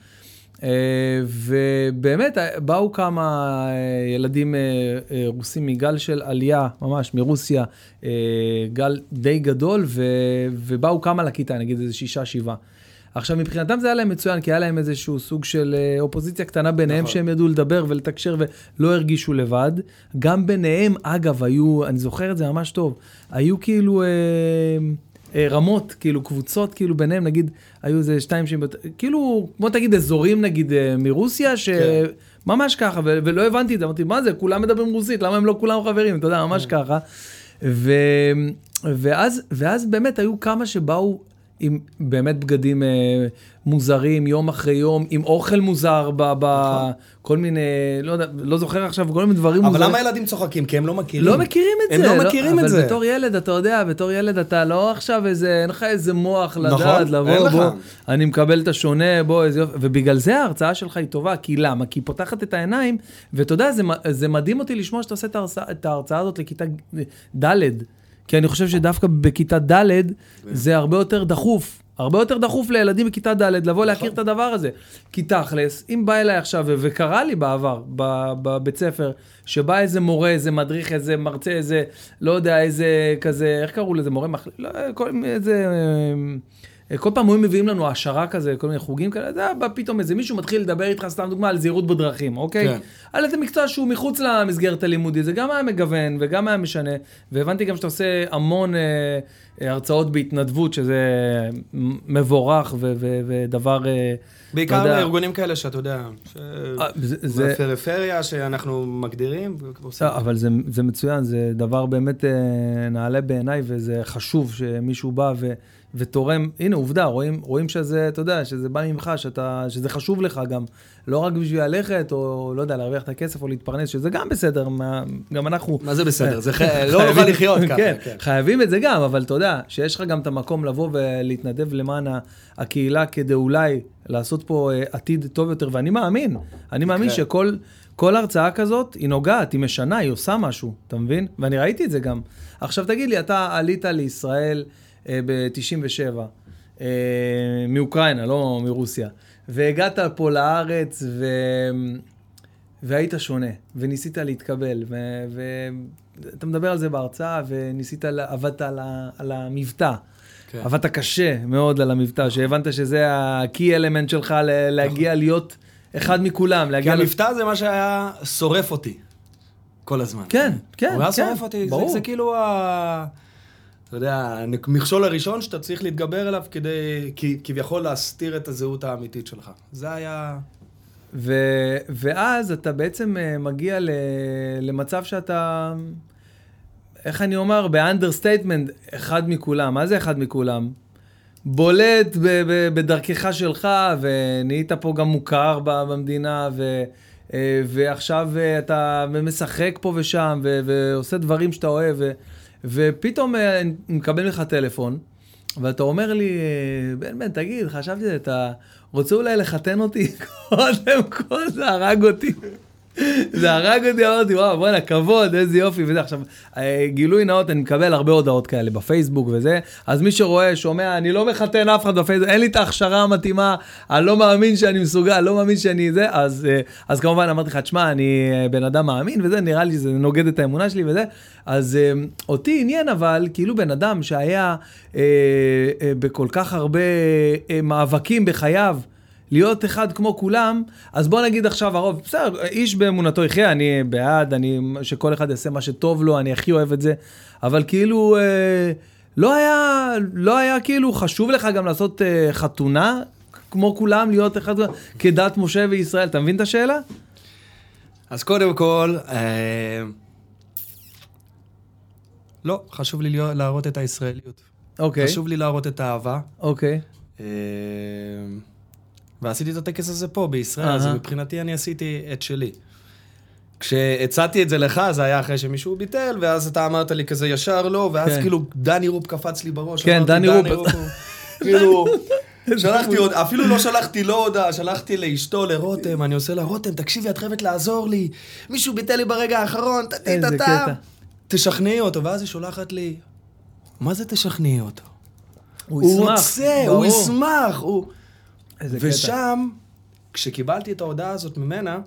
S1: ובאמת, באו כמה ילדים רוסים מגל של עלייה, ממש, מרוסיה, גל די גדול, ובאו כמה לכיתה, נגיד איזה שישה, שבעה. עכשיו, מבחינתם זה היה להם מצוין, כי היה להם איזשהו סוג של אופוזיציה קטנה ביניהם, נכון. שהם ידעו לדבר ולתקשר ולא הרגישו לבד. גם ביניהם, אגב, היו, אני זוכר את זה ממש טוב, היו כאילו אה, אה, רמות, כאילו קבוצות, כאילו ביניהם, נגיד, היו איזה שתיים שהם, כאילו, כמו תגיד, אזורים, נגיד, אה, מרוסיה, שממש ככה, ו- ולא הבנתי את זה, אמרתי, מה זה, כולם מדברים רוסית, למה הם לא כולם חברים, אתה יודע, ממש ככה. ו- ואז, ואז באמת היו כמה שבאו, עם באמת בגדים אה, מוזרים, יום אחרי יום, עם אוכל מוזר, בכל מיני, לא יודע, לא זוכר עכשיו, כל מיני דברים
S2: אבל
S1: מוזרים.
S2: אבל למה ילדים צוחקים? כי הם לא מכירים.
S1: לא מכירים את
S2: הם
S1: זה.
S2: הם לא מכירים
S1: לא,
S2: את זה.
S1: אבל בתור ילד, אתה יודע, בתור ילד אתה לא עכשיו איזה, אין לך איזה מוח לדעת, לבוא, בוא, אני מקבל את השונה, בוא, איזה יופי. ובגלל זה ההרצאה שלך היא טובה, כי למה? כי היא פותחת את העיניים, ואתה יודע, זה, זה מדהים אותי לשמוע שאתה עושה את ההרצאה, את ההרצאה הזאת לכיתה ד', כי אני חושב שדווקא בכיתה ד' זה הרבה יותר דחוף. הרבה יותר דחוף לילדים בכיתה ד' לבוא להכיר את הדבר הזה. כי תכלס, אם בא אליי עכשיו, וקרה לי בעבר, בבית ספר, שבא איזה מורה, איזה מדריך, איזה מרצה, איזה, לא יודע, איזה כזה, איך קראו לזה, מורה מחליט, לא, איזה כל פעם היו מביאים לנו השערה כזה, כל מיני חוגים כאלה, זה היה פתאום איזה מישהו מתחיל לדבר איתך, סתם דוגמה, על זהירות בדרכים, אוקיי? כן. על איזה מקצוע שהוא מחוץ למסגרת הלימודית, זה גם היה מגוון וגם היה משנה, והבנתי גם שאתה עושה המון אה, הרצאות בהתנדבות, שזה מבורך ו- ו- ודבר... אה,
S2: בעיקר לארגונים כאלה שאתה יודע, בפריפריה שאנחנו מגדירים.
S1: אבל זה מצוין, זה דבר באמת נעלה בעיניי, וזה חשוב שמישהו בא ותורם. הנה, עובדה, רואים שזה, אתה יודע, שזה בא ממך, שזה חשוב לך גם, לא רק בשביל ללכת, או לא יודע, להרוויח את הכסף או להתפרנס, שזה גם בסדר, גם אנחנו...
S2: מה זה בסדר? זה לא נוכל לחיות ככה.
S1: כן, חייבים את זה גם, אבל אתה יודע, שיש לך גם את המקום לבוא ולהתנדב למען הקהילה, כדי אולי לעשות פה עתיד טוב יותר, ואני מאמין, אני מאמין שכל כל הרצאה כזאת, היא נוגעת, היא משנה, היא עושה משהו, אתה מבין? ואני ראיתי את זה גם. עכשיו תגיד לי, אתה עלית לישראל ב-תשעים ושבע, מאוקראינה, לא מרוסיה, והגעת פה לארץ, ו... והיית שונה, וניסית להתקבל, ואתה מדבר על זה בהרצאה, וניסית, עבדת על, ה... על המבטא. כן. עבדת קשה מאוד על המבטא, שהבנת שזה ה-key element שלך להגיע להיות אחד מכולם.
S2: כי המבטא זה מה שהיה שורף אותי כל הזמן.
S1: כן, כן,
S2: הוא היה שורף אותי, זה כאילו ה... אתה יודע, המכשול הראשון שאתה צריך להתגבר אליו כדי, כביכול להסתיר את הזהות האמיתית שלך. זה היה...
S1: ואז אתה בעצם מגיע למצב שאתה... איך אני אומר? באנדרסטייטמנט, אחד מכולם. מה זה אחד מכולם? בולט ב- ב- בדרכך שלך, ונהיית פה גם מוכר במדינה, ו- ועכשיו אתה משחק פה ושם, ו- ועושה דברים שאתה אוהב, ו- ופתאום אני מקבל לך טלפון, ואתה אומר לי, בן בן, תגיד, חשבתי, אתה רוצה אולי לחתן אותי? קודם כל זה הרג אותי. זה הרג אותי, אמרתי, וואו, בוא'נה, כבוד, איזה יופי, וזה. עכשיו, גילוי נאות, אני מקבל הרבה הודעות כאלה בפייסבוק וזה, אז מי שרואה, שומע, אני לא מחתן אף אחד בפייסבוק, אין לי את ההכשרה המתאימה, אני לא מאמין שאני מסוגל, לא מאמין שאני זה, אז, אז כמובן אמרתי לך, תשמע, אני בן אדם מאמין וזה, נראה לי שזה נוגד את האמונה שלי וזה, אז אותי עניין אבל, כאילו בן אדם שהיה אה, אה, בכל כך הרבה אה, מאבקים בחייו, להיות אחד כמו כולם, אז בוא נגיד עכשיו הרוב, בסדר, איש באמונתו יחיה, אני בעד, אני, שכל אחד יעשה מה שטוב לו, אני הכי אוהב את זה, אבל כאילו, אה, לא היה, לא היה כאילו חשוב לך גם לעשות אה, חתונה, כמו כולם, להיות אחד כדת משה וישראל, אתה מבין את השאלה?
S2: אז קודם כל, אה, לא, חשוב לי להראות את הישראליות.
S1: אוקיי.
S2: חשוב לי להראות את האהבה.
S1: אוקיי.
S2: אה, ועשיתי את הטקס הזה פה, בישראל, אז מבחינתי אני עשיתי את שלי. כשהצעתי את זה לך, זה היה אחרי שמישהו ביטל, ואז אתה אמרת לי כזה ישר לא, ואז כאילו דני רופ קפץ לי בראש.
S1: כן, דני רופ.
S2: כאילו, שלחתי עוד, אפילו לא שלחתי לא הודעה, שלחתי לאשתו, לרותם, אני עושה לה, רותם, תקשיבי, את חייבת לעזור לי. מישהו ביטל לי ברגע האחרון, תתתה. תשכנעי אותו, ואז היא שולחת לי, מה זה תשכנעי אותו? הוא רוצה, הוא ישמח, הוא... ושם, כשקיבלתי את ההודעה הזאת ממנה,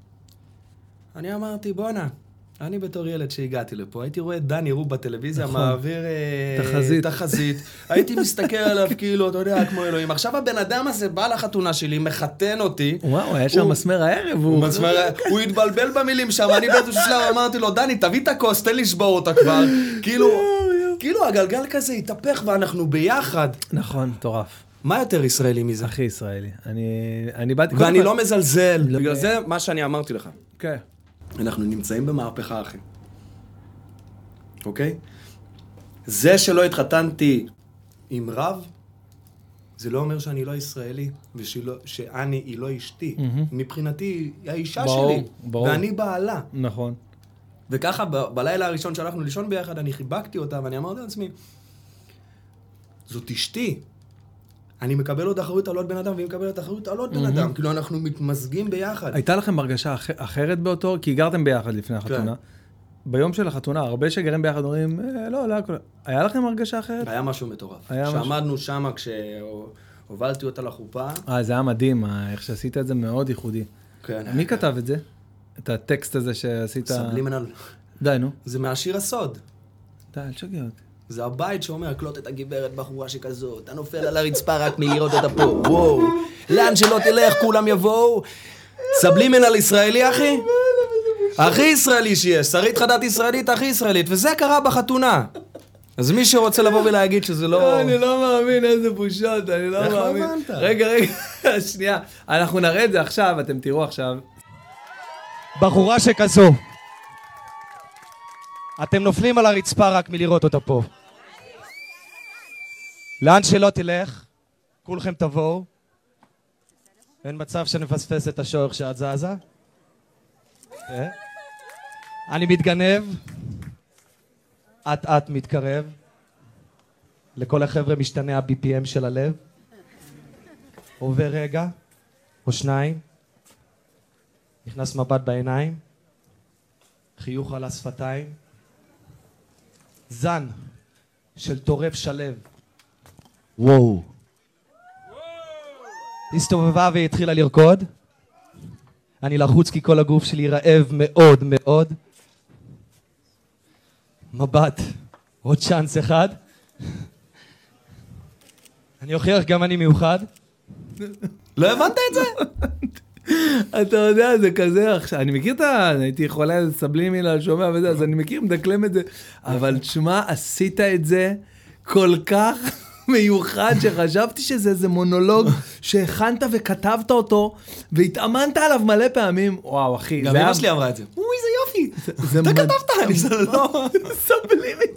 S2: אני אמרתי, בוא'נה, אני בתור ילד שהגעתי לפה, הייתי רואה את דני רוב בטלוויזיה, מעביר תחזית, הייתי מסתכל עליו כאילו, אתה יודע, כמו אלוהים. עכשיו הבן אדם הזה בא לחתונה שלי, מחתן אותי.
S1: וואו, היה שם מסמר הערב.
S2: הוא התבלבל במילים שם, אני באיזשהו שלב אמרתי לו, דני, תביא את הכוס, תן לשבור אותה כבר. כאילו הגלגל כזה התהפך ואנחנו ביחד.
S1: נכון, טורף.
S2: מה יותר ישראלי מזה?
S1: הכי ישראלי. אני, אני באתי...
S2: ואני לא מזלזל. בגלל זה מה שאני אמרתי לך.
S1: כן.
S2: אנחנו נמצאים במהפכה, אחי. אוקיי? זה שלא התחתנתי עם רב, זה לא אומר שאני לא ישראלי, ושאני היא לא אשתי. מבחינתי, היא האישה שלי. ואני בעלה.
S1: נכון.
S2: וככה, בלילה הראשון שהלכנו לישון ביחד, אני חיבקתי אותה, ואני אמרתי לעצמי, זאת אשתי. אני מקבל עוד אחריות על עוד בן אדם, והיא מקבלת אחריות על עוד בן אדם. כאילו, אנחנו מתמזגים ביחד.
S1: הייתה לכם הרגשה אחרת באותו, כי גרתם ביחד לפני החתונה. ביום של החתונה, הרבה שגרים ביחד אומרים, לא, לא, היה לכם הרגשה אחרת?
S2: היה משהו מטורף. שעמדנו שם כשהובלתי אותה לחופה.
S1: אה, זה היה מדהים, איך שעשית את זה מאוד ייחודי. מי כתב את זה? את הטקסט הזה שעשית...
S2: סבלימנל.
S1: די, נו.
S2: זה מהשיר הסוד.
S1: די, אל תשגע אותי.
S2: זה הבית שאומר, קלוט את הגברת בחורה שכזאת, אתה נופל על הרצפה רק מלראות אותה פה, וואו. לאן שלא תלך, כולם יבואו. סבלימן על ישראלי, אחי? הכי ישראלי שיש, שרית חדת ישראלית, הכי ישראלית, וזה קרה בחתונה. אז מי שרוצה לבוא ולהגיד שזה לא...
S1: אני לא מאמין איזה בושות, אני לא מאמין. איך לא הבנת? רגע, רגע, שנייה. אנחנו נראה את זה עכשיו, אתם תראו עכשיו.
S3: בחורה שכזו. אתם נופלים על הרצפה רק מלראות אותה פה. לאן שלא תלך, כולכם תבואו. אין מצב שנפספס את השור שאת זזה. אני מתגנב. את את מתקרב. לכל החבר'ה משתנה ה-בי פי אם של הלב. עובר רגע, או שניים. נכנס מבט בעיניים. חיוך על השפתיים. זן של טורף שלב. וואו. הסתובבה והתחילה לרקוד. אני לחוץ כי כל הגוף שלי רעב מאוד מאוד. מבט, עוד צ'אנס אחד. אני אוכיח גם אני מיוחד.
S2: לא הבנת את זה?
S1: אתה יודע, זה כזה עכשיו, אני מכיר את ה... הייתי חולה סבלימין על שומע וזה, אז אני מכיר, מדקלם את זה, אבל תשמע, עשית את זה כל כך מיוחד, שחשבתי שזה איזה מונולוג שהכנת וכתבת אותו, והתאמנת עליו מלא פעמים. וואו, אחי.
S2: גם אמא שלי אמרה את זה. אוי, זה יופי. אתה כתבת, אני זה לא...
S1: סבלימין.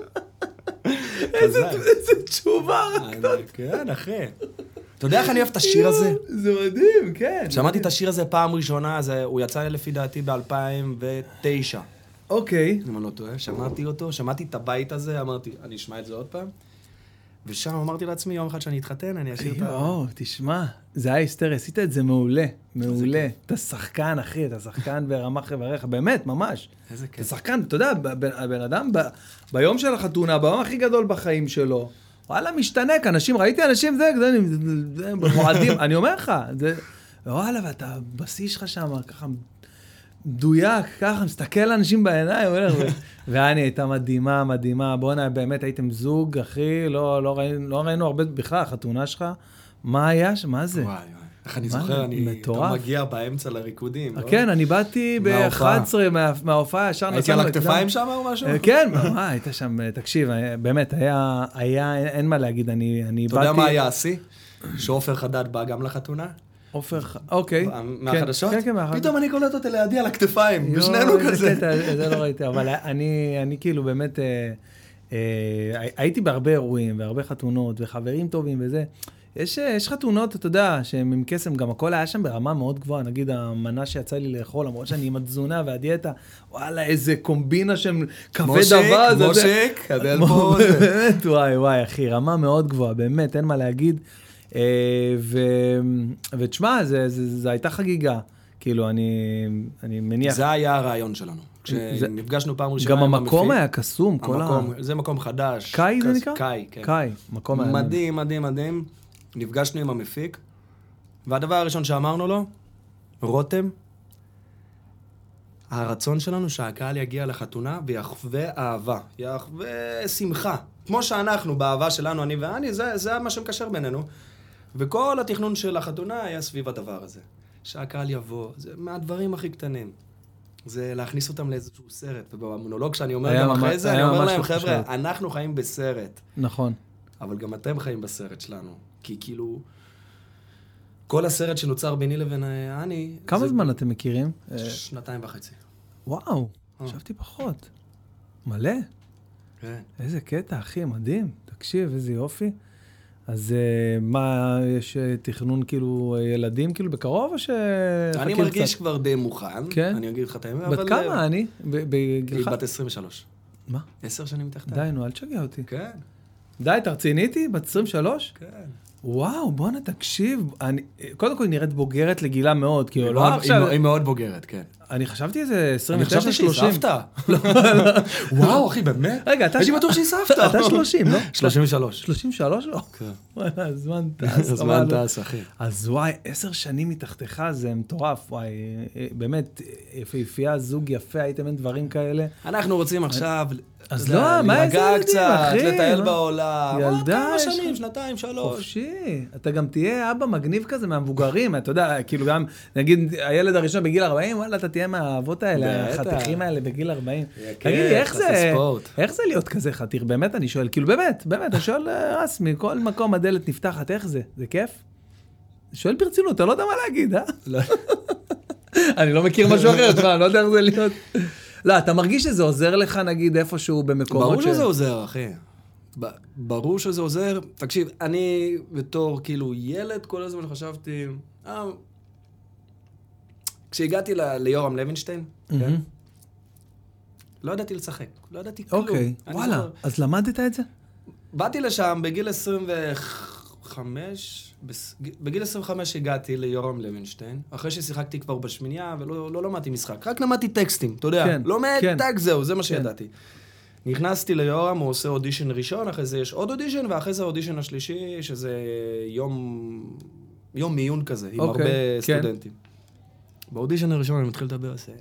S1: איזה תשובה.
S2: כן, אחי. אתה יודע איך אני אוהב את השיר הזה?
S1: זה מדהים, כן.
S2: שמעתי את השיר הזה פעם ראשונה, הוא יצא לפי דעתי ב-אלפיים ותשע.
S1: אוקיי.
S2: אם אני לא טועה, שמעתי אותו, שמעתי את הבית הזה, אמרתי, אני אשמע את זה עוד פעם. ושם אמרתי לעצמי, יום אחד שאני אתחתן, אני אשאיר את ה...
S1: יואו, תשמע, זה היה היסטרי, עשית את זה מעולה, מעולה. אתה שחקן, אחי, אתה שחקן ברמה חבריך, באמת, ממש.
S2: איזה כיף.
S1: אתה שחקן, אתה יודע, הבן אדם ביום של החתונה, ביום הכי גדול בחיים שלו, וואלה, משתנק, אנשים, ראיתי אנשים, זה, זה, מועדים, אני אומר לך, זה, וואלה, ואתה, בשיא שלך שם, ככה, מדויק, ככה, מסתכל לאנשים בעיניים, ואני הייתה מדהימה, מדהימה, בוא'נה, באמת הייתם זוג, אחי, לא, לא ראינו, לא ראינו הרבה בכלל, החתונה שלך, מה היה? מה זה?
S2: וואי, וואי, איך אני זוכר, אני, אתה מגיע באמצע לריקודים, לא?
S1: כן, אני באתי ב-אחת עשרה מההופעה, ישר
S2: הייתי על הכתפיים שם או משהו?
S1: כן, היית שם, תקשיב, באמת, היה, היה, אין מה להגיד, אני, אני באתי...
S2: אתה יודע מה היה השיא? שעופר חדד בא גם לחתונה?
S1: עופר, אוקיי.
S2: מהחדשות?
S1: כן, כן, מהחדשות.
S2: פתאום אני קולט אותה לידי על הכתפיים, בשנינו כזה.
S1: זה לא ראיתי, אבל אני כאילו באמת, הייתי בהרבה אירועים, והרבה חתונות, וחברים טובים וזה. יש חתונות, אתה יודע, שהם עם קסם, גם הכל היה שם ברמה מאוד גבוהה, נגיד המנה שיצא לי לאכול, למרות שאני עם התזונה והדיאטה, וואלה, איזה קומבינה שהם כבד אבז.
S2: מושק, מושק, קבל פה.
S1: באמת, וואי, וואי, אחי, רמה מאוד גבוהה, באמת, אין מה להגיד. ותשמע, זו הייתה חגיגה, כאילו, אני מניח...
S2: זה היה הרעיון שלנו. כשנפגשנו פעם ראשונה...
S1: גם המקום היה קסום, כל ה...
S2: זה מקום חדש.
S1: קאי זה נקרא?
S2: קאי, כן.
S1: קאי, מקום היה...
S2: מדהים, מדהים, מדהים. נפגשנו עם המפיק, והדבר הראשון שאמרנו לו, רותם, הרצון שלנו שהקהל יגיע לחתונה ויחווה אהבה, יחווה שמחה. כמו שאנחנו, באהבה שלנו, אני ואני, זה, זה מה שמקשר בינינו. וכל התכנון של החתונה היה סביב הדבר הזה. שהקהל יבוא, זה מהדברים הכי קטנים. זה להכניס אותם לאיזשהו סרט. ובמונולוג שאני אומר גם אחרי זה, אני אומר להם, חבר'ה, אנחנו חיים בסרט.
S1: נכון.
S2: אבל גם אתם חיים בסרט שלנו. כי כאילו, כל הסרט שנוצר ביני לבין אני...
S1: כמה זמן אתם מכירים?
S2: שנתיים וחצי.
S1: וואו, חשבתי פחות. מלא.
S2: כן.
S1: איזה קטע, אחי, מדהים. תקשיב, איזה יופי. אז מה, יש תכנון כאילו ילדים כאילו בקרוב או ש...
S2: אני מרגיש כבר די מוכן. כן? אני אגיד לך את האמת, אבל...
S1: בת כמה אני?
S2: היא בת עשרים ושלוש.
S1: מה?
S2: עשר שנים מתחתיי.
S1: די, נו, אל תשגע אותי.
S2: כן.
S1: די, תרציני איתי? בת עשרים ושלוש?
S2: כן.
S1: וואו, בוא נתקשיב. אני, קודם כל היא נראית בוגרת לגילה מאוד, כאילו,
S2: לא עכשיו... היא מאוד בוגרת, כן.
S1: אני חשבתי איזה עשרים ותשע
S2: אני
S1: שלושים.
S2: חשבתי שהספת. וואו, אחי, באמת?
S1: רגע, אתה...
S2: הייתי בטוח שהספת.
S1: אתה שלושים, לא?
S2: שלושים ושלוש.
S1: שלושים ושלוש? לא.
S2: כן.
S1: וואלה, הזמן טס.
S2: הזמן טס, אחי.
S1: אז וואי, עשר שנים מתחתיך זה מטורף, וואי, באמת, יפהפייה, זוג יפה, הייתם אין דברים כאלה.
S2: אנחנו רוצים עכשיו...
S1: אז לא, מה איזה ילדים,
S2: קצת,
S1: אחי?
S2: לטייל בעולם.
S1: ילדה,
S2: כמה
S1: יש
S2: שנים,
S1: לך-
S2: שנתיים, שלוש.
S1: חופשי, אתה גם תהיה אבא מגניב כזה מהמבוגרים, אתה יודע, כאילו גם, נגיד, הילד הראשון בגיל ארבעים, וואלה, אתה תהיה מהאבות האלה,
S2: בטח.
S1: החתיכים האלה בגיל ארבעים.
S2: יא,
S1: תגיד לי,
S2: כן,
S1: איך
S2: תעשה
S1: זה,
S2: ספורט.
S1: איך זה להיות כזה חתיך? באמת, אני שואל, כאילו, באמת, באמת, אני שואל אה, רסמי, כל מקום הדלת נפתחת, איך זה? זה כיף? אני שואל ברצינות, אתה לא יודע מה להגיד, אה?
S2: לא.
S1: אני לא מכיר משהו אחר, תשמע, אני לא יודע איך זה להיות. לא, אתה מרגיש שזה עוזר לך, נגיד, איפשהו במקומות
S2: ברור שזה עוזר, אחי. ב- ברור שזה עוזר. תקשיב, אני בתור כאילו ילד כל הזמן חשבתי... אה, כשהגעתי ל- ליורם לוינשטיין, כן? לא ידעתי לשחק, לא ידעתי כלום.
S1: אוקיי,
S2: אני
S1: וואלה,
S2: זוכר-
S1: אז למדת את זה?
S2: באתי לשם בגיל עשרים וחמש, בס- בגיל עשרים וחמש הגעתי ליורם לוינשטיין, אחרי ששיחקתי כבר בשמיניה ולא לא למדתי משחק, רק למדתי טקסטים, אתה יודע,
S1: כן,
S2: לומד
S1: כן.
S2: טקסט, זהו, זה מה
S1: כן.
S2: שידעתי. נכנסתי ליורם, הוא עושה אודישן ראשון, אחרי זה יש עוד אודישן, ואחרי זה האודישן השלישי, שזה יום, יום מיון כזה, עם
S1: אוקיי,
S2: הרבה
S1: כן.
S2: סטודנטים. באודישן הראשון אני מתחיל לדבר, עושה...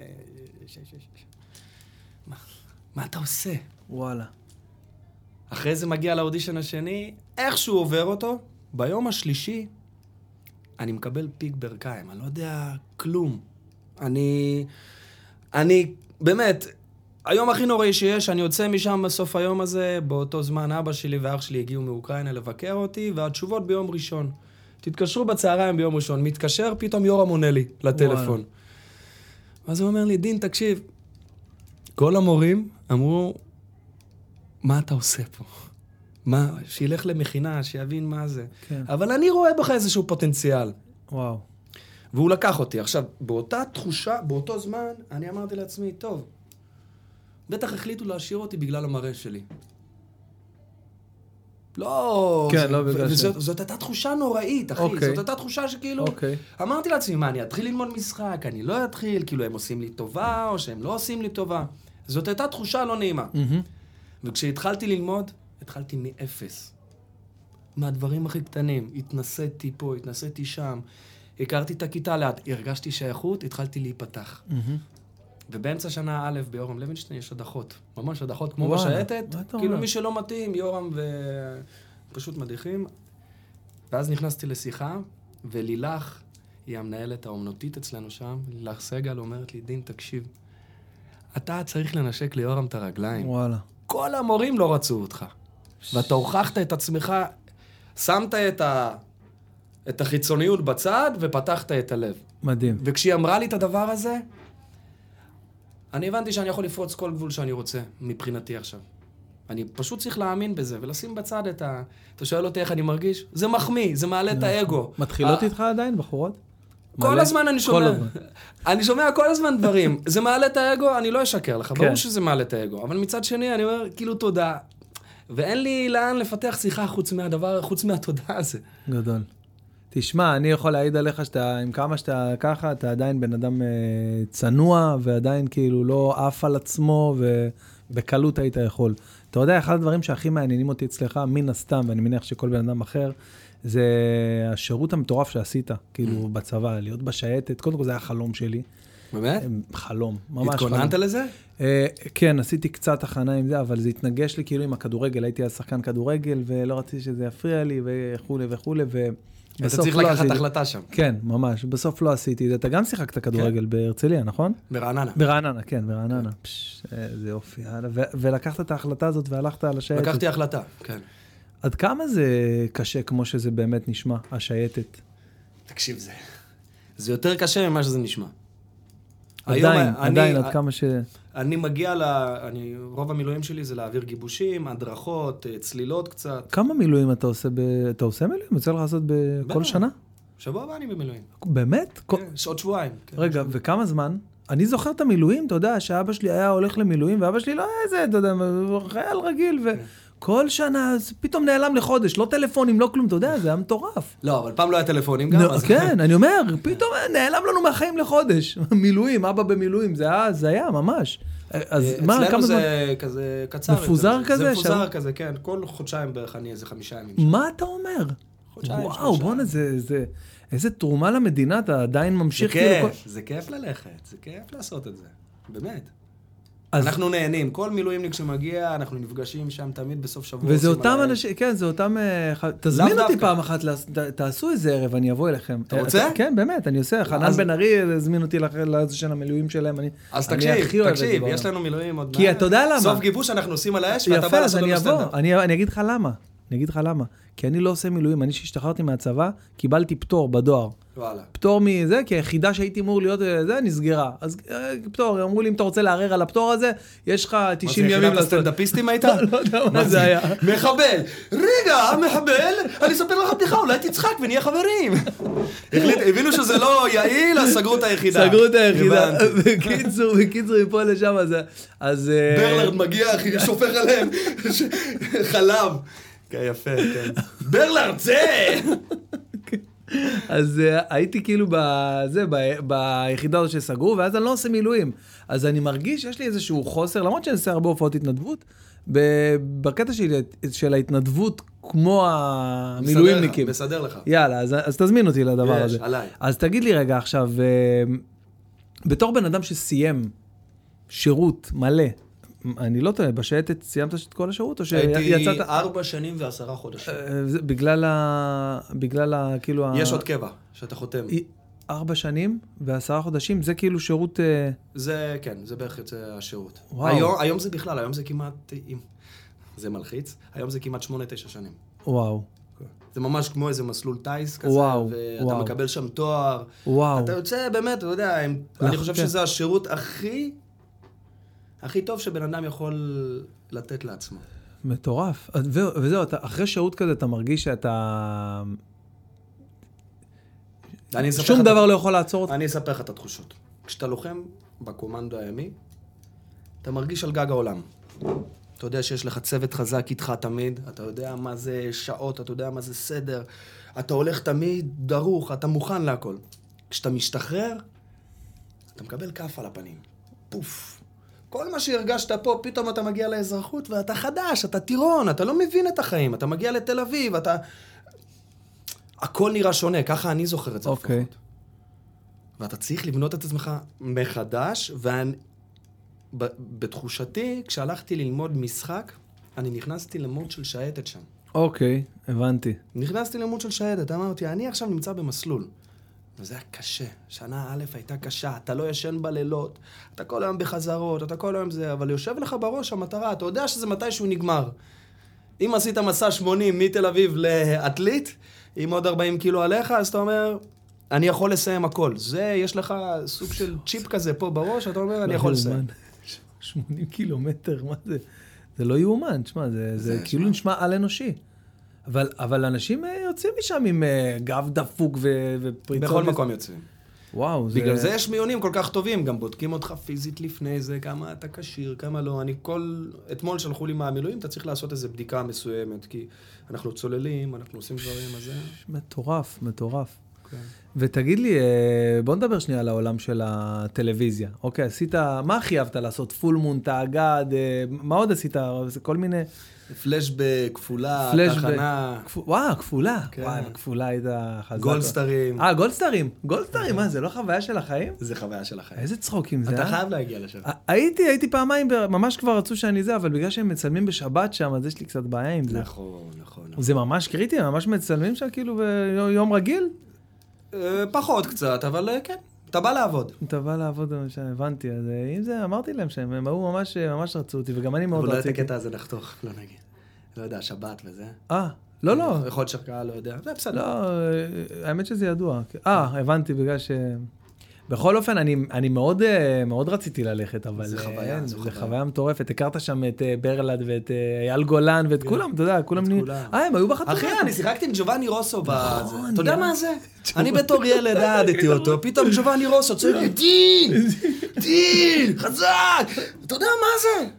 S2: מה, מה אתה עושה?
S1: וואלה.
S2: אחרי זה מגיע לאודישן השני, איכשהו עובר אותו, ביום השלישי אני מקבל פיק ברכיים, אני לא יודע כלום. אני, אני, באמת, היום הכי נוראי שיש, אני יוצא משם בסוף היום הזה, באותו זמן אבא שלי ואח שלי הגיעו מאוקראינה לבקר אותי, והתשובות ביום ראשון. תתקשרו בצהריים ביום ראשון, מתקשר, פתאום יורם עונה לי לטלפון. ואז הוא אומר לי, דין, תקשיב, כל המורים אמרו, מה אתה עושה פה? מה, שילך למכינה, שיבין מה זה.
S1: כן.
S2: אבל אני רואה בך איזשהו פוטנציאל.
S1: וואו.
S2: והוא לקח אותי. עכשיו, באותה תחושה, באותו זמן, אני אמרתי לעצמי, טוב, בטח החליטו להשאיר אותי בגלל המראה שלי. לא...
S1: כן,
S2: זה-
S1: לא בגלל
S2: וזאת,
S1: ש-
S2: זאת הייתה תחושה נוראית, אחי.
S1: אוקיי.
S2: זאת הייתה תחושה שכאילו...
S1: אוקיי.
S2: אמרתי לעצמי, מה, אני אתחיל ללמוד משחק, אני לא אתחיל, כאילו הם עושים לי טובה, או שהם לא עושים לי טובה. זאת הייתה תחושה לא נעימה.
S1: מהמם.
S2: וכשהתחלתי ללמוד, התחלתי מאפס. מהדברים הכי קטנים. התנסיתי פה, התנסיתי שם. הכרתי את הכיתה לאט, הרגשתי שייכות, התחלתי להיפתח.
S1: מהמם.
S2: ובאמצע שנה א' ביורם לוינשטיין יש הדחות. ממש הדחות כמו
S1: וואלה,
S2: בשייטת.
S1: מה אתה
S2: כאילו
S1: אומר?
S2: מי שלא מתאים, יורם ופשוט מדיחים. ואז נכנסתי לשיחה, ולילך, היא המנהלת האומנותית אצלנו שם, לילך סגל אומרת לי, דין, תקשיב, אתה צריך לנשק ליורם את הרגליים.
S1: וואלה.
S2: כל המורים לא רצו אותך. ואתה הוכחת את עצמך, שמת את, ה... את החיצוניות בצד ופתחת את הלב.
S1: מדהים.
S2: וכשהיא אמרה לי את הדבר הזה, אני הבנתי שאני יכול לפרוץ כל גבול שאני רוצה, מבחינתי עכשיו. אני פשוט צריך להאמין בזה, ולשים בצד את ה... אתה שואל אותי איך אני מרגיש? זה מחמיא, זה מעלה את האגו.
S1: מתחילות
S2: ה-
S1: איתך עדיין, בחורות?
S2: כל
S1: מלא?
S2: הזמן אני
S1: כל
S2: שומע.
S1: הזמן.
S2: אני שומע כל הזמן דברים. זה מעלה את האגו, אני לא אשקר לך.
S1: כן.
S2: ברור שזה מעלה את האגו. אבל מצד שני, אני אומר, כאילו, תודה. ואין לי לאן לפתח שיחה חוץ מהדבר, חוץ מהתודה הזה.
S1: גדול. תשמע, אני יכול להעיד עליך שאתה, עם כמה שאתה ככה, אתה עדיין בן אדם אה, צנוע, ועדיין כאילו לא עף על עצמו, ובקלות היית יכול. אתה יודע, אחד הדברים שהכי מעניינים אותי אצלך, מן הסתם, ואני מניח שכל בן אדם אחר, זה השירות המטורף שעשית, כאילו בצבא, להיות בשייטת, קודם כל זה היה חלום שלי.
S2: באמת?
S1: חלום, ממש חלום.
S2: התכוננת לזה?
S1: אה, כן, עשיתי קצת הכנה עם זה, אבל זה התנגש לי כאילו עם הכדורגל, הייתי אז שחקן כדורגל, ולא רציתי שזה יפריע לי, וכו' וכו', ו...
S2: אתה
S1: בסוף
S2: צריך
S1: לא
S2: לקחת
S1: עשיתי.
S2: החלטה שם.
S1: כן, ממש. בסוף לא עשיתי את זה. אתה גם שיחקת כדורגל בהרצליה, נכון?
S2: ברעננה.
S1: ברעננה, כן, ברעננה. פש, איזה יופי. יאללה. ו- ולקחת את ההחלטה הזאת והלכת על השייטת.
S2: לקחתי החלטה, כן.
S1: עד כמה זה קשה כמו שזה באמת נשמע, השייטת?
S2: תקשיב, זה... זה יותר קשה ממה שזה נשמע.
S1: עדיין,
S2: היום אני-
S1: עדיין, עד כמה ש...
S2: אני מגיע ל... אני... רוב המילואים שלי זה להעביר גיבושים, הדרכות, צלילות קצת.
S1: כמה מילואים אתה עושה ב... אתה עושה מילואים? יוצא לך לעשות בכל
S2: בטח.
S1: שנה?
S2: שבוע הבא אני במילואים.
S1: באמת? כל-
S2: כן, שעות שבועיים. כן.
S1: רגע, וכמה זמן? אני זוכר את המילואים, אתה יודע, שאבא שלי היה הולך למילואים, ואבא שלי לא היה איזה, אתה יודע, חייל רגיל,
S2: כן.
S1: כל שנה, זה פתאום נעלם לחודש, לא טלפונים, לא כלום, אתה יודע, זה היה מטורף.
S2: לא, אבל פעם לא היה טלפונים גם.
S1: כן, אני אומר, פתאום נעלם לנו מהחיים לחודש. מילואים, אבא במילואים, זה היה, זה היה ממש. אז מה,
S2: אצלנו זה כזה קצר.
S1: מפוזר כזה?
S2: זה מפוזר כזה, כן. כל חודשיים בערך אני איזה חמישה ימים.
S1: מה אתה אומר?
S2: חודשיים,
S1: וואו, בוא'נה, זה... איזה תרומה למדינה, אתה עדיין ממשיך...
S2: זה כיף, זה כיף ללכת, זה כיף לעשות את זה, באמת. אנחנו נהנים, כל מילואימניק שמגיע, אנחנו נפגשים שם תמיד בסוף שבוע.
S1: וזה אותם אנשים, כן, זה אותם... תזמין אותי פעם אחת, תעשו איזה ערב, אני אבוא אליכם.
S2: אתה רוצה?
S1: כן, באמת, אני עושה. חנן בן ארי, הזמין אותי לאיזה של המילואים שלהם, אני
S2: אז תקשיב, תקשיב, יש לנו מילואים עוד...
S1: כי אתה יודע למה?
S2: סוף גיבוש אנחנו עושים על האש, ואתה בא לעשות לנו סטנדאפ.
S1: אני אגיד לך למה. אני אגיד לך למה. כי אני לא עושה מילואים, אני שהשתחררתי מהצבא, קיבלתי פטור בדואר.
S2: וואלה.
S1: פטור מזה, כי היחידה שהייתי אמור להיות, זה נסגרה. אז פטור, אמרו לי, אם אתה רוצה לערער על הפטור הזה, יש לך תשעים ימים...
S2: מה זה, יחידת הסטנדאפיסטים הייתה?
S1: לא יודע מה זה היה.
S2: מחבל! רגע, מחבל! אני אספר לך בדיחה, אולי תצחק ונהיה חברים. הבינו שזה לא יעיל, אז סגרו את היחידה.
S1: סגרו את היחידה. בקיצור, בקיצור, מפה לשם, אז...
S2: ברלרד מגיע, אחי, שופך עליהם חלב. כן, יפה, כן. ברלרד, זה!
S1: אז הייתי כאילו בזה, ביחידה הזו שסגרו, ואז אני לא עושה מילואים. אז אני מרגיש שיש לי איזשהו חוסר, למרות שאני עושה הרבה הופעות התנדבות, בקטע של ההתנדבות כמו המילואימניקים.
S2: מסדר לך.
S1: יאללה, אז תזמין אותי לדבר הזה.
S2: יש, עליי.
S1: אז תגיד לי רגע עכשיו, בתור בן אדם שסיים שירות מלא, אני לא טועה, בשייטת סיימת את כל השירות, או שיצאת...
S2: הייתי ארבע שנים ועשרה חודשים.
S1: בגלל ה... בגלל ה... כאילו...
S2: יש עוד קבע, שאתה חותם.
S1: ארבע שנים ועשרה חודשים, זה כאילו שירות...
S2: זה, כן, זה בערך יוצא השירות.
S1: וואו.
S2: היום, היום זה בכלל, היום זה כמעט... זה מלחיץ. היום זה כמעט שמונה, תשע שנים.
S1: וואו.
S2: זה ממש כמו איזה מסלול טייס כזה,
S1: וואו,
S2: ואתה
S1: וואו.
S2: מקבל שם תואר.
S1: וואו.
S2: אתה יוצא באמת, אתה יודע, אני חושב שזה השירות הכי... הכי טוב שבן אדם יכול לתת לעצמו.
S1: מטורף. וזהו, אתה, אחרי שירות כזה אתה מרגיש שאתה... שום דבר לא יכול לעצור אותך.
S2: אני אספר לך את התחושות. כשאתה לוחם בקומנדו הימי, אתה מרגיש על גג העולם. אתה יודע שיש לך צוות חזק איתך תמיד, אתה יודע מה זה שעות, אתה יודע מה זה סדר, אתה הולך תמיד דרוך, אתה מוכן להכל. כשאתה משתחרר, אתה מקבל כף על הפנים. פוף. כל מה שהרגשת פה, פתאום אתה מגיע לאזרחות, ואתה חדש, אתה טירון, אתה לא מבין את החיים, אתה מגיע לתל אביב, אתה... הכל נראה שונה, ככה אני זוכר את זה.
S1: אוקיי.
S2: לפחות. ואתה צריך לבנות את עצמך מחדש, ובתחושתי, כשהלכתי ללמוד משחק, אני נכנסתי למוד של שייטת שם.
S1: אוקיי, הבנתי.
S2: נכנסתי למוד של שייטת, אמרתי, אני עכשיו נמצא במסלול. וזה היה קשה. שנה א' הייתה קשה, אתה לא ישן בלילות, אתה כל היום בחזרות, אתה כל היום זה, אבל יושב לך בראש המטרה, אתה יודע שזה מתישהו נגמר. אם עשית מסע שמונים מתל אביב לאטלית, עם עוד ארבעים קילו עליך, אז אתה אומר, אני יכול לסיים הכל. זה, יש לך סוג של צ'יפ כזה פה בראש, אתה אומר, אני יכול לסיים.
S1: שמונים קילומטר, מה זה? זה לא יאומן, תשמע, זה כאילו נשמע על אנושי. אבל, אבל אנשים יוצאים משם עם גב דפוק ופריצות.
S2: בכל מקום יוצאים.
S1: וואו, זה...
S2: בגלל זה יש מיונים כל כך טובים, גם בודקים אותך פיזית לפני זה, כמה אתה קשיר, כמה לא. אני כל... אתמול שלחו לי מהמילואים, אתה צריך לעשות איזו בדיקה מסוימת, כי אנחנו צוללים, אנחנו עושים דברים, אז זה...
S1: מטורף, מטורף.
S2: כן.
S1: ותגיד לי, בוא נדבר שנייה על העולם של הטלוויזיה. אוקיי, עשית... מה הכי אהבת לעשות? פול מון, תאגד, מה עוד עשית? זה כל מיני...
S2: פלשבק, כפולה, תחנה.
S1: וואו, כפולה. וואי, כפולה הייתה חזקה.
S2: גולדסטרים.
S1: אה, גולדסטרים. גולדסטרים, מה, זה לא חוויה של החיים?
S2: זה חוויה של החיים.
S1: איזה צחוקים זה, אה?
S2: אתה חייב להגיע לשם.
S1: הייתי, הייתי פעמיים, ממש כבר רצו שאני זה, אבל בגלל שהם מצלמים בשבת שם, אז יש לי קצת בעיה עם זה.
S2: נכון, נכון.
S1: זה ממש קריטי, ממש מצלמים שם כאילו ביום רגיל?
S2: פחות קצת, אבל כן. אתה בא לעבוד.
S1: אתה בא לעבוד, הבנתי. אז אם זה, אמרתי להם שהם, הם היו ממש, ממש רצו אותי, וגם אני מאוד רציתי.
S2: אבל לא את הקטע הזה לחתוך, לא נגיד. לא יודע, שבת וזה.
S1: אה, לא, לא.
S2: יכול להיות שקעה, לא יודע. זה בסדר.
S1: לא, האמת שזה ידוע. אה, הבנתי, בגלל ש... בכל אופן, אני, אני מאוד, מאוד רציתי ללכת, אבל...
S2: זה חוויה,
S1: זה חוויה. זה חוויה מטורפת. הכרת שם את ברלד ואת אייל גולן ואת כולם, אתה יודע, כולם... אה, הם היו בחתונה.
S2: אחי, אני שיחקתי עם ג'ובאני רוסו בזה. אתה יודע מה זה? אני בתור ילד אהדתי אותו, פתאום ג'ובאני רוסו צועק לי, דין! דין! חזק! אתה יודע מה זה?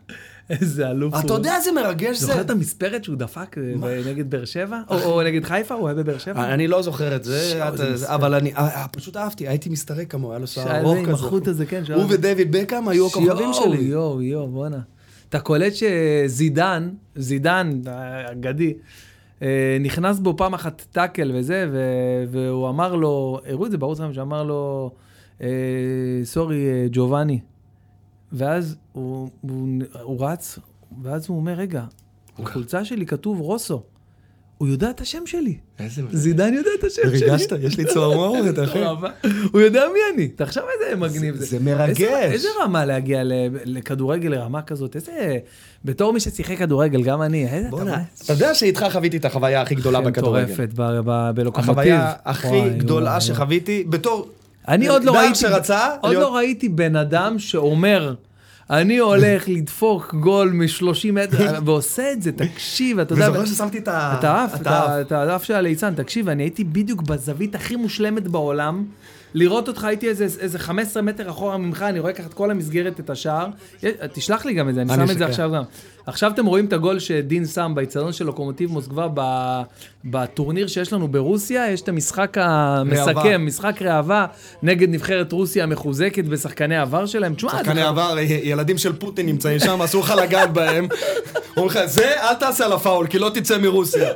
S1: איזה אלוף הוא.
S2: אתה יודע איזה מרגש זה?
S1: זוכר את המספרת שהוא דפק נגד באר שבע? או נגד חיפה? הוא היה בבאר שבע?
S2: אני לא זוכר את זה, אבל אני פשוט אהבתי, הייתי מסתרק כמוהו, היה לו שיער ארוך כזה.
S1: עם החוט הזה, כן.
S2: הוא ודייוויד בקאם היו הכוכבים שלי.
S1: יואו, יואו, בוא'נה. אתה קולט שזידן, זידן, אגדי, נכנס בו פעם אחת טאקל וזה, והוא אמר לו, הראו את זה בערוץ שאמר לו, סורי, ג'ובאני. ואז הוא, הוא, הוא רץ, ואז הוא אומר, רגע, בחולצה שלי כתוב רוסו. הוא יודע את השם שלי.
S2: איזה
S1: זידן יודע את השם שלי.
S2: ריגשת, יש לי צוהרמורת, אחי.
S1: הוא יודע מי אני. תחשוב איזה מגניב זה.
S2: זה מרגש.
S1: איזה רמה להגיע לכדורגל, לרמה כזאת? איזה... בתור מי ששיחק כדורגל, גם אני.
S2: בוא'נה, אתה יודע שאיתך חוויתי את החוויה הכי גדולה בכדורגל.
S1: מטורפת, בלוקומוטיב.
S2: החוויה הכי גדולה שחוויתי, בתור...
S1: אני עוד לא ראיתי בן אדם שאומר... אני הולך לדפוק גול מ-שלושים מטר, ועושה את זה, תקשיב, אתה יודע...
S2: וזוכר ששמתי את האף.
S1: את האף של הליצן, תקשיב, אני הייתי בדיוק בזווית הכי מושלמת בעולם, לראות אותך, הייתי איזה חמישה עשר מטר אחורה ממך, אני רואה ככה את כל המסגרת, את השער, תשלח לי גם את זה, אני שם את זה עכשיו גם. עכשיו אתם רואים את הגול שדין שם באצטדיון של לוקומוטיב מוסקבה, בטורניר שיש לנו ברוסיה, יש את המשחק המסכם, משחק ראווה, נגד נבחרת רוסיה המחוזקת בשחקני עבר שלהם.
S2: שחקני עבר, ילדים של פוטין נמצאים שם, אסור לך לגעת בהם. אומרים לך, זה אל תעשה על הפאול, כי לא תצא מרוסיה.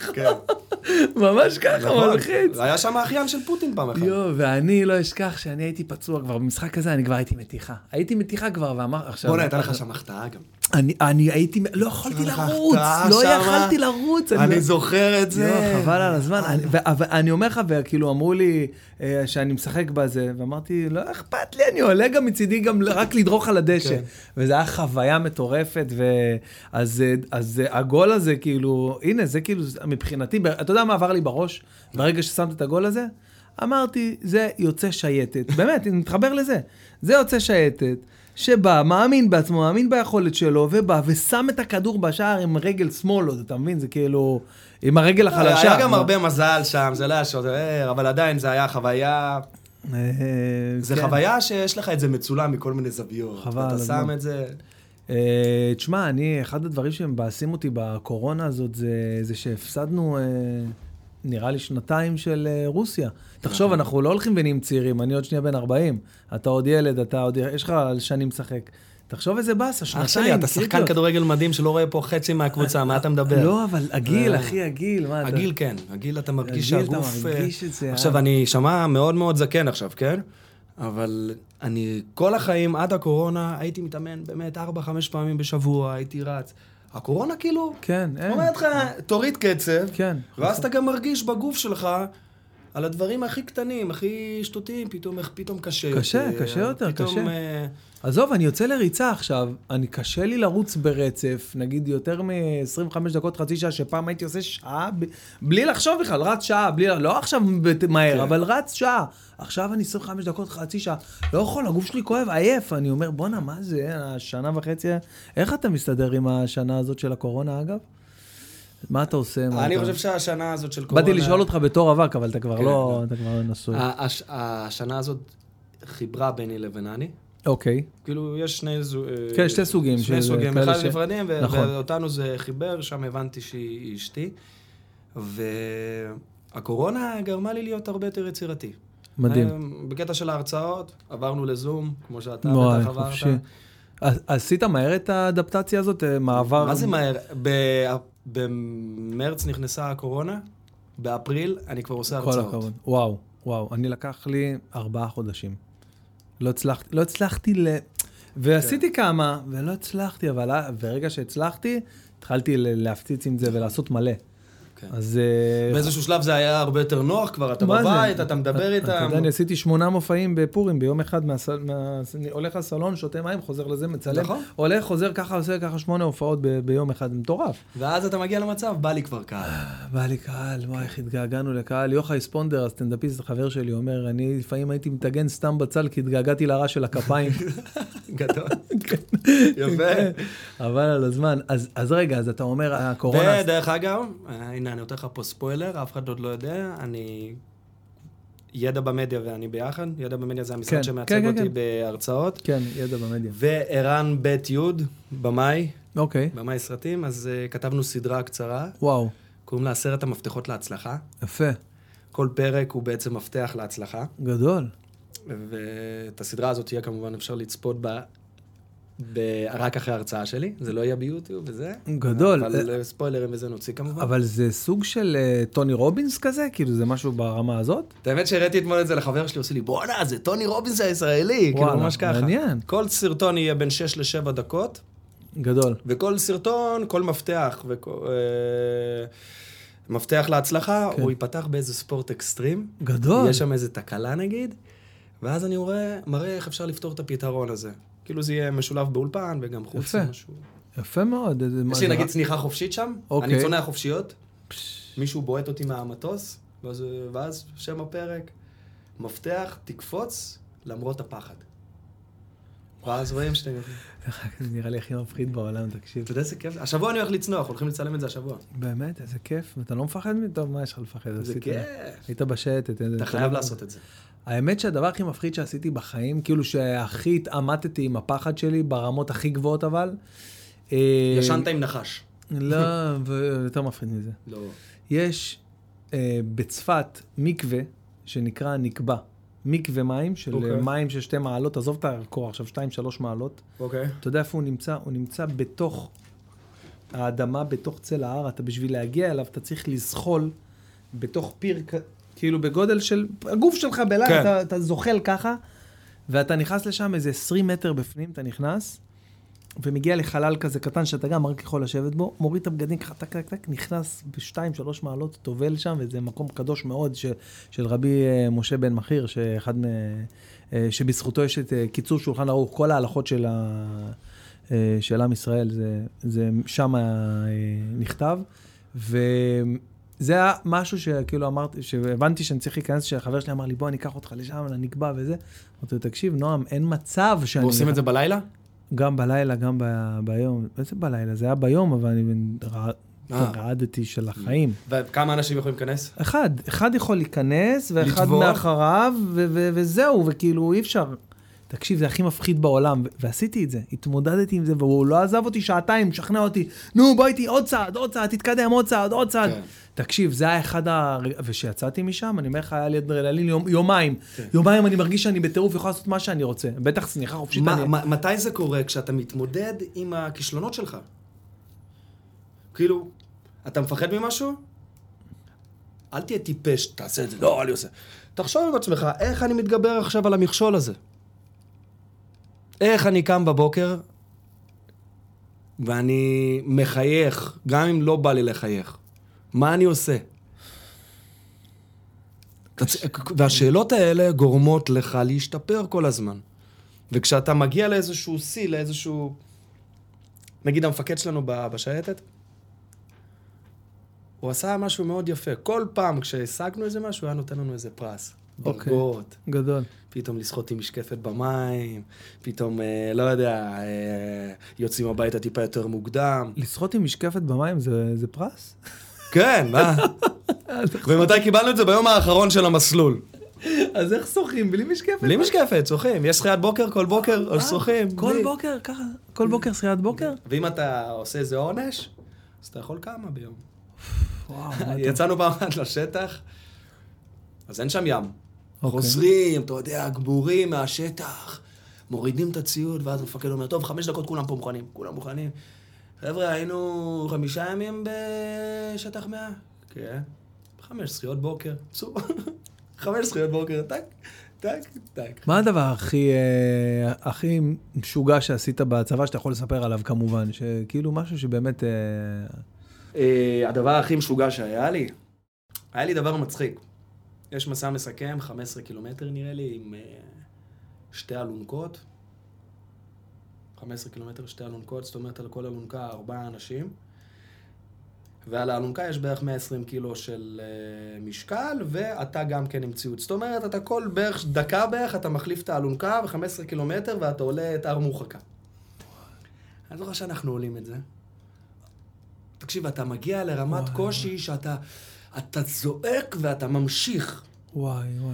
S1: ממש ככה, מלחיץ.
S2: היה שם האחיין של פוטין פעם אחת.
S1: יו, ואני לא אשכח שאני הייתי פצוע כבר, במשחק הזה אני כבר הייתי מתיחה. הייתי מתיחה כבר, ואמר, עכשיו...
S2: בוא נהייתה לך שם החטאה גם.
S1: אני, אני הייתי, לא יכולתי לרוץ, לא יכולתי לרוץ.
S2: אני זוכר את זה.
S1: יו, חבל על הזמן. אני אומר לך, וכאילו אמרו לי שאני משחק בזה, ואמרתי, לא אכפת לי, אני עולה גם מצידי גם רק לדרוך על הדשא. וזה היה חוויה מטורפת, אז הגול הזה כאילו, הנה, זה כאילו, מבחינתי, אתה יודע מה עבר לי בראש? ברגע ששמת את הגול הזה, אמרתי, זה יוצא שייטת. באמת, אני מתחבר לזה. זה יוצא שייטת. שבא, מאמין בעצמו, מאמין ביכולת שלו, ובא ושם את הכדור בשער עם רגל שמאל, אתה מבין? זה כאילו, עם הרגל החלשה.
S2: היה גם הרבה מזל שם, זה לא היה שודר, אבל עדיין זה היה חוויה... זה חוויה שיש לך את זה מצולם מכל מיני זוויות.
S1: חבל.
S2: אתה שם את זה...
S1: תשמע, אני, אחד הדברים שמבאסים אותי בקורונה הזאת, זה שהפסדנו... נראה לי שנתיים של רוסיה. תחשוב, אנחנו לא הולכים ונהיים צעירים, אני עוד שנייה בן ארבעים, אתה עוד ילד, אתה עוד, יש לך שנים משחק. תחשוב איזה באס, השנתיים.
S2: אתה שחקן כדורגל מדהים שלא רואה פה חצי מהקבוצה, מה אתה מדבר?
S1: לא, אבל הגיל, אחי, הגיל, מה אתה...
S2: הגיל כן, הגיל אתה מרגיש שהגוף...
S1: אתה מרגיש את זה.
S2: עכשיו, אני שמע מאוד מאוד זקן עכשיו, כן? אבל אני כל החיים עד הקורונה הייתי מתאמן באמת ארבע, חמש פעמים בשבוע, הייתי רץ. הקורונה כאילו,
S1: כן, אין.
S2: אומרת לך, תוריד קצב,
S1: כן.
S2: ואז אתה גם מרגיש בגוף שלך על הדברים הכי קטנים, הכי שטותיים, פתאום, פתאום קשה יותר.
S1: קשה, קשה יותר,
S2: פתאום,
S1: קשה.
S2: אה...
S1: עזוב, אני יוצא לריצה עכשיו, אני קשה לי לרוץ ברצף, נגיד יותר מ-עשרים וחמש דקות, חצי שעה, שפעם הייתי עושה שעה, ב... בלי לחשוב בכלל, רץ שעה, בלי... לא עכשיו מהר, כן. אבל רץ שעה. עכשיו אני עשרים וחמש דקות, חצי שעה, לא יכול, הגוף שלי כואב, עייף. אני אומר, בונה, מה זה, השנה וחצי, איך אתה מסתדר עם השנה הזאת של הקורונה, אגב? מה אתה עושה?
S2: אני חושב שהשנה הזאת של קורונה...
S1: באתי לשאול אותך בתור אבק, אבל אתה כבר לא, אתה כבר נשוי.
S2: השנה הזאת חיברה ביני לבין אני.
S1: אוקיי.
S2: כאילו, יש שני זוגים.
S1: כן, שתי סוגים.
S2: שני סוגים, אחד נפרדים, ואותנו זה חיבר, שם הבנתי שהיא אשתי. והקורונה גרמה לי להיות הרבה יותר יצירתי.
S1: מדהים.
S2: בקטע של ההרצאות, עברנו לזום, כמו שאתה בטח עברת.
S1: עשית מהר את האדפטציה הזאת? מעבר...
S2: מה זה מהר? במרץ נכנסה הקורונה, באפריל אני כבר עושה הרצאות.
S1: וואו, וואו. אני לקח לי ארבעה חודשים. לא הצלחתי, לא הצלחתי ל... ועשיתי כמה, ולא הצלחתי, אבל ברגע שהצלחתי, התחלתי להפציץ עם זה ולעשות מלא. אז...
S2: באיזשהו שלב זה היה הרבה יותר נוח כבר, אתה בבית, אתה מדבר איתם.
S1: אתה יודע, אני עשיתי שמונה מופעים בפורים, ביום אחד, הולך לסלון, שותה מים, חוזר לזה, מצלם, הולך, חוזר ככה, עושה ככה שמונה הופעות ביום אחד, מטורף.
S2: ואז אתה מגיע למצב, בא לי כבר קהל.
S1: בא לי קהל, וואי, איך התגעגענו לקהל. יוחאי ספונדר, הסטנדאפיסט, החבר שלי, אומר, אני לפעמים הייתי מתגן סתם בצל, כי התגעגעתי לרע של הכפיים.
S2: גדול. יפה.
S1: אבל על הזמן. אז רגע, אז אתה אומר, הקורונה...
S2: ודרך אגב, הנה, אני נותן לך פה ספוילר, אף אחד עוד לא יודע, אני... ידע במדיה ואני ביחד. ידע במדיה זה המשרד
S1: כן,
S2: שמייצג
S1: כן,
S2: אותי
S1: כן.
S2: בהרצאות.
S1: כן, ידע במדיה.
S2: וערן בית יוד, במאי,
S1: אוקיי,
S2: במאי סרטים, אז uh, כתבנו סדרה קצרה,
S1: וואו,
S2: קוראים לה עשרת המפתחות להצלחה.
S1: יפה,
S2: כל פרק הוא בעצם מפתח להצלחה,
S1: גדול.
S2: ואת הסדרה הזאת תהיה כמובן אפשר לצפות בה ב- רק אחרי ההרצאה שלי, זה לא יהיה ביוטיוב וזה.
S1: גדול.
S2: אבל ספוילרים וזה נוציא כמובן.
S1: אבל זה סוג של אה, טוני רובינס כזה? כאילו זה משהו ברמה הזאת?
S2: את האמת שהראיתי אתמול את זה לחבר שלי, עושה לי, בואנה, זה טוני רובינס הישראלי, כאילו
S1: וואלה,
S2: ממש ככה.
S1: מעניין.
S2: כל סרטון יהיה בין שש לשבע דקות,
S1: גדול.
S2: וכל סרטון, כל מפתח, וכל, אה, מפתח להצלחה,
S1: כן.
S2: הוא ייפתח באיזה ספורט אקסטרים.
S1: גדול.
S2: יש שם איזה תקלה נגיד, ואז אני רואה, מראה איך אפשר לפתור את הפתרון הזה. כאילו זה יהיה משולב באולפן, וגם חוץ
S1: יפה.
S2: משהו.
S1: יפה מאוד. איזה- מה
S2: יש לי
S1: זה-
S2: נגיד צניחה חופשית שם,
S1: אוקיי.
S2: אני צונח חופשיות, מישהו בועט אותי מהמטוס, ואז, ואז שם הפרק, מפתח, תקפוץ, למרות הפחד. ואז רואים שאתם...
S1: זה נראה לי הכי מפחיד בעולם, תקשיב.
S2: אתה יודע איזה כיף? השבוע אני הולך לצנוח, הולכים לצלם את זה השבוע.
S1: באמת, איזה כיף. ואתה לא מפחד מזה? טוב, מה יש לך לפחד?
S2: זה
S1: עשית-
S2: כיף.
S1: היית בשייטת. איזה-
S2: אתה חייב לעשות את זה.
S1: האמת שהדבר הכי מפחיד שעשיתי בחיים, כאילו שהכי התעמתתי עם הפחד שלי, ברמות הכי גבוהות אבל. אה,
S2: ישנת עם נחש.
S1: לא, ויותר מפחיד מזה.
S2: לא.
S1: יש אה, בצפת מקווה שנקרא נקבע. מקווה מים, של
S2: אוקיי.
S1: מים של שתי מעלות, עזוב את הקור עכשיו, שתיים, שלוש מעלות.
S2: אוקיי.
S1: אתה יודע איפה הוא נמצא? הוא נמצא בתוך האדמה, בתוך צל ההר. אתה בשביל להגיע אליו, אתה צריך לזחול בתוך פיר, כ- כאילו בגודל של, הגוף שלך בלילה,
S2: כן.
S1: אתה, אתה זוחל ככה, ואתה נכנס לשם איזה עשרים מטר בפנים, אתה נכנס, ומגיע לחלל כזה קטן, שאתה גם רק יכול לשבת בו, מוריד את הבגדים ככה, טק, טק, טק, נכנס בשתיים, שלוש מעלות, טובל שם, וזה מקום קדוש מאוד ש, של רבי אה, משה בן מחיר, שאחד מ... אה, שבזכותו יש את אה, קיצור שולחן ערוך, כל ההלכות של, ה, אה, של עם ישראל, זה, זה שם אה, נכתב, וזה היה משהו שכאילו אמרתי, שהבנתי שאני צריך להיכנס, שהחבר שלי אמר לי, בוא, אני אקח אותך לשם, אני נקבע וזה. אמרתי לו, תקשיב, נועם, אין מצב שאני...
S2: ועושים את זה בלילה?
S1: גם בלילה, גם ב- ביום. איזה בלילה? זה היה ביום, אבל אני רע-
S2: אה.
S1: רעדתי של החיים.
S2: וכמה אנשים יכולים להיכנס?
S1: אחד, אחד יכול להיכנס, ואחד
S2: לטבוע?
S1: מאחריו, ו- ו- וזהו, וכאילו אי אפשר. תקשיב, זה הכי מפחיד בעולם, ו- ועשיתי את זה, התמודדתי עם זה, והוא לא עזב אותי שעתיים, שכנע אותי, נו, בוא איתי, עוד צעד, עוד צעד, תתקדם, עוד צעד, עוד צעד.
S2: כן.
S1: תקשיב, זה היה אחד ה... ושיצאתי משם, אני אומר לך, היה לי אדרנלין יום, יומיים.
S2: כן.
S1: יומיים אני מרגיש שאני בטירוף, יכול לעשות מה שאני רוצה. בטח צניחה חופשית.
S2: מה-
S1: אני...
S2: מה- מתי זה קורה? כשאתה מתמודד עם הכישלונות שלך. כאילו, אתה מפחד ממשהו? אל תהיה טיפש, תעשה את זה, לא, אני עושה. תחשוב עם עצמך, איך אני מתגבר עכשיו על המכשול הזה? איך אני קם בבוקר ואני מחייך, גם אם לא בא לי לחייך. מה אני עושה? והשאלות האלה גורמות לך להשתפר כל הזמן. וכשאתה מגיע לאיזשהו שיא, לאיזשהו... נגיד המפקד שלנו בשייטת, הוא עשה משהו מאוד יפה. כל פעם כשהשגנו איזה משהו, הוא היה נותן לנו איזה פרס.
S1: אוקיי.
S2: דרגות.
S1: גדול.
S2: פתאום לשחות עם משקפת במים, פתאום, אה, לא יודע, אה, יוצאים הביתה טיפה יותר מוקדם.
S1: לשחות עם משקפת במים זה, זה פרס?
S2: כן, מה? ומתי קיבלנו את זה? ביום האחרון של המסלול.
S1: אז איך שוחים? בלי משקפת?
S2: בלי משקפת, שוחים. יש שחיית בוקר כל בוקר, אז שוחים.
S1: כל
S2: בלי.
S1: בוקר, ככה? כל בוקר שחיית בוקר?
S2: ואם אתה עושה איזה עונש, אז אתה יכול כמה ביום.
S1: וואו, מה אתה...
S2: יצאנו פעם אחת לשטח, אז אין שם ים.
S1: אוקיי.
S2: חוזרים, אתה יודע, גבורים מהשטח, מורידים את הציוד, ואז המפקד אומר, טוב, חמש דקות כולם פה מוכנים, כולם מוכנים. חבר'ה, היינו חמישה ימים בשטח מאה. כן. חמש שחיות בוקר, צאו. חמש שחיות בוקר, טק, טק, טק.
S1: מה הדבר הכי, אה, הכי משוגע שעשית בצבא, שאתה יכול לספר עליו כמובן, שכאילו משהו שבאמת... אה...
S2: אה, הדבר הכי משוגע שהיה לי, היה לי דבר מצחיק. יש מסע מסכם, חמישה עשר קילומטר נראה לי, עם אה, שתי אלונקות. חמישה עשר קילומטר, שתי אלונקות, זאת אומרת על כל אלונקה ארבעה אנשים. ועל האלונקה יש בערך מאה ועשרים קילו של אה, משקל, ואתה גם כן עם ציוד. זאת אומרת, אתה כל בערך דקה בערך, אתה מחליף את האלונקה ו-חמישה עשר קילומטר, ואתה עולה את הר מורחקה. אני זוכר שאנחנו עולים את זה. תקשיב, אתה מגיע לרמת
S1: וואי,
S2: קושי שאתה אתה זועק ואתה ממשיך.
S1: וואי, וואי.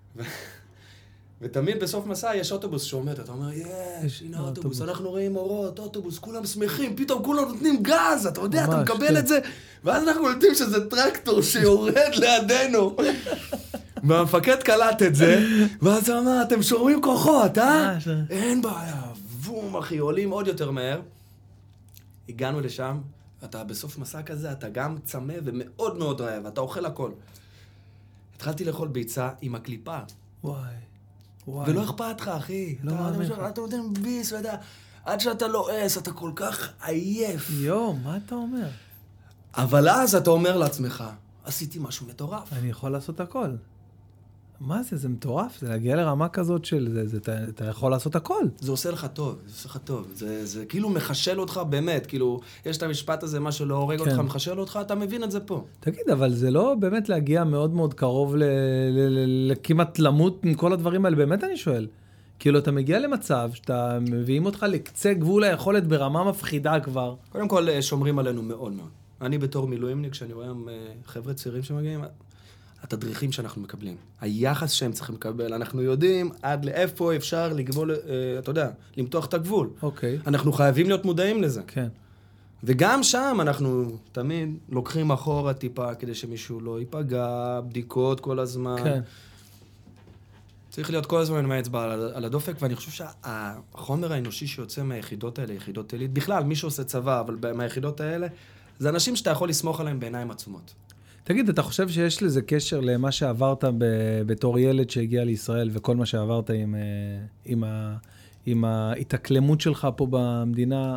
S2: ותמיד בסוף מסע יש אוטובוס שעומד, אתה אומר, יש, הנה אוטובוס, אנחנו רואים אורות, אוטובוס, כולם שמחים, פתאום כולם נותנים גז, אתה יודע, אתה מקבל את זה, ואז אנחנו יודעים שזה טרקטור שיורד לידינו. והמפקד קלט את זה, ואז הוא אמר, אתם שומעים כוחות, אה? אין בעיה, בום, אחי, עולים עוד יותר מהר. הגענו לשם, אתה בסוף מסע כזה, אתה גם צמא ומאוד מאוד רעב, אתה אוכל הכל. התחלתי לאכול ביצה עם הקליפה.
S1: וואי.
S2: ולא אכפת לך, אחי.
S1: לא מאמין לך.
S2: אתה נותן ביס, ואתה... עד שאתה לועס, אתה כל כך עייף.
S1: יו, מה אתה אומר?
S2: אבל אז אתה אומר לעצמך, עשיתי משהו מטורף.
S1: אני יכול לעשות הכל. מה זה? זה מטורף. זה להגיע לרמה כזאת של זה, זה, אתה, אתה יכול לעשות הכל.
S2: זה עושה לך טוב, זה עושה לך טוב. זה, זה כאילו מחשל אותך באמת, כאילו, יש את המשפט הזה, מה שלא הורג
S1: כן.
S2: אותך, מחשל אותך, אתה מבין את זה פה.
S1: תגיד, אבל זה לא באמת להגיע מאוד מאוד קרוב ל, ל, ל, לכמעט למות עם כל הדברים האלה, באמת אני שואל. כאילו, אתה מגיע למצב שאתה מביאים אותך לקצה גבול היכולת ברמה מפחידה כבר.
S2: קודם כל, שומרים עלינו מאוד מאוד. אני בתור מילואימניק, כשאני רואה חבר'ה צעירים שמגיעים, התדריכים שאנחנו מקבלים, היחס שהם צריכים לקבל, אנחנו יודעים עד לאיפה אפשר לגבול, אתה יודע, למתוח את הגבול.
S1: אוקיי.
S2: אנחנו חייבים להיות מודעים לזה.
S1: כן.
S2: וגם שם אנחנו תמיד לוקחים אחורה טיפה, כדי שמישהו לא ייפגע, בדיקות כל הזמן.
S1: כן.
S2: צריך להיות כל הזמן עם האצבע על הדופק, ואני חושב שהחומר האנושי שיוצא מהיחידות האלה, יחידות עילית, בכלל, מי שעושה צבא, אבל מהיחידות האלה, זה אנשים שאתה יכול לסמוך עליהם בעיניים עצומות.
S1: תגיד, אתה חושב שיש לזה קשר למה שעברת ב- בתור ילד שהגיע לישראל, וכל מה שעברת עם, עם, ה- עם ההתאקלמות שלך פה במדינה,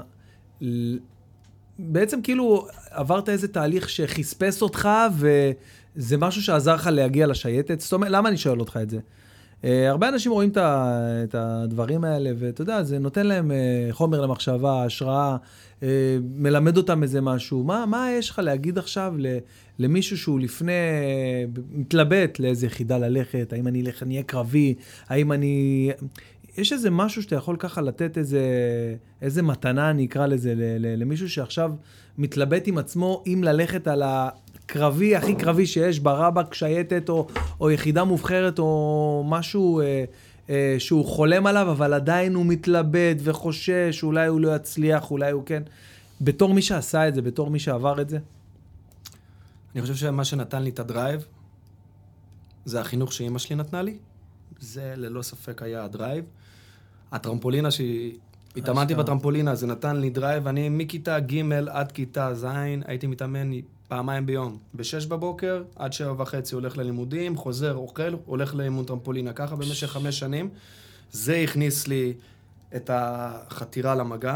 S1: בעצם כאילו עברת איזה תהליך שחספס אותך, וזה משהו שעזר לך להגיע לשייטת? זאת אומרת, למה אני שואל אותך את זה? Uh, הרבה אנשים רואים את, ה- את הדברים האלה, ואתה יודע, זה נותן להם uh, חומר למחשבה, השראה, uh, מלמד אותם איזה משהו. מה, מה יש לך להגיד עכשיו ל- למישהו שהוא לפני, uh, מתלבט לאיזה יחידה ללכת, האם אני אלך, אני אהיה קרבי, האם אני... יש איזה משהו שאתה יכול ככה לתת איזה, איזה מתנה, אני אקרא לזה, ל- ל- למישהו שעכשיו מתלבט עם עצמו, אם ללכת על ה... קרבי, הכי קרבי שיש, ברבק, שייטת, או, או יחידה מובחרת, או משהו אה, אה, שהוא חולם עליו, אבל עדיין הוא מתלבט וחושש, אולי הוא לא יצליח, אולי הוא כן. בתור מי שעשה את זה, בתור מי שעבר את זה?
S2: אני חושב שמה שנתן לי את הדרייב, זה החינוך שאמא שלי נתנה לי. זה ללא ספק היה הדרייב. הטרמפולינה שהתאמנתי בטרמפולינה, זה נתן לי דרייב. אני מכיתה ג' עד כיתה ז', הייתי מתאמן פעמיים ביום. בשש בבוקר, עד שבע וחצי הולך ללימודים, חוזר, אוכל, הולך לאימון טרמפולינה. ככה במשך חמש שנים. זה הכניס לי את החתירה למגע.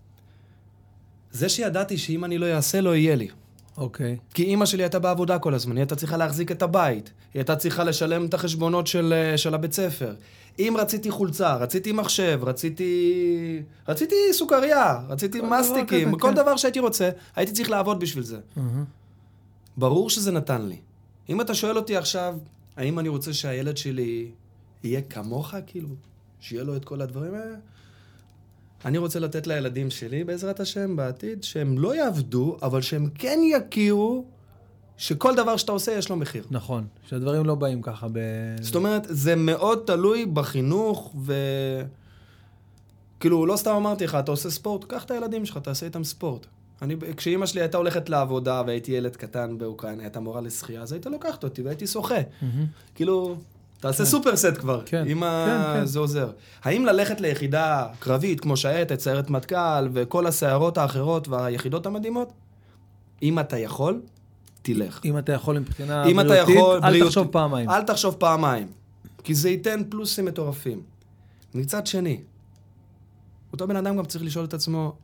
S2: זה שידעתי שאם אני לא אעשה, לא יהיה לי.
S1: אוקיי.
S2: כי אימא שלי הייתה בעבודה כל הזמן, היא הייתה צריכה להחזיק את הבית, היא הייתה צריכה לשלם את החשבונות של, של הבית ספר. אם רציתי חולצה, רציתי מחשב, רציתי... רציתי סוכריה, רציתי מסטיקים,
S1: דבר
S2: כל
S1: כן.
S2: דבר שהייתי רוצה, הייתי צריך לעבוד בשביל זה.
S1: Uh-huh.
S2: ברור שזה נתן לי. אם אתה שואל אותי עכשיו, האם אני רוצה שהילד שלי יהיה כמוך, כאילו, שיהיה לו את כל הדברים האלה? אני רוצה לתת לילדים שלי, בעזרת השם, בעתיד, שהם לא יעבדו, אבל שהם כן יכירו שכל דבר שאתה עושה יש לו מחיר.
S1: נכון, שהדברים לא באים ככה ב...
S2: זאת אומרת, זה מאוד תלוי בחינוך, ו... כאילו, לא סתם אמרתי לך, אתה עושה ספורט, קח את הילדים שלך, תעשה איתם ספורט. אני, כשאמא שלי הייתה הולכת לעבודה, והייתי ילד קטן באוקראינה, הייתה מורה לשחייה, אז הייתה לוקחת אותי, והייתי שוחה. כאילו... תעשה סופר סט כבר, אם זה עוזר. האם ללכת ליחידה קרבית, כמו שייטת, סיירת מטכ"ל, וכל הסיירות האחרות והיחידות המדהימות? אם אתה יכול, תלך.
S1: אם אתה יכול מבחינה בריאותית, אל תחשוב פעמיים.
S2: אל תחשוב פעמיים, כי זה ייתן פלוסים מטורפים. מצד שני, אותו בן אדם גם צריך לשאול את עצמו,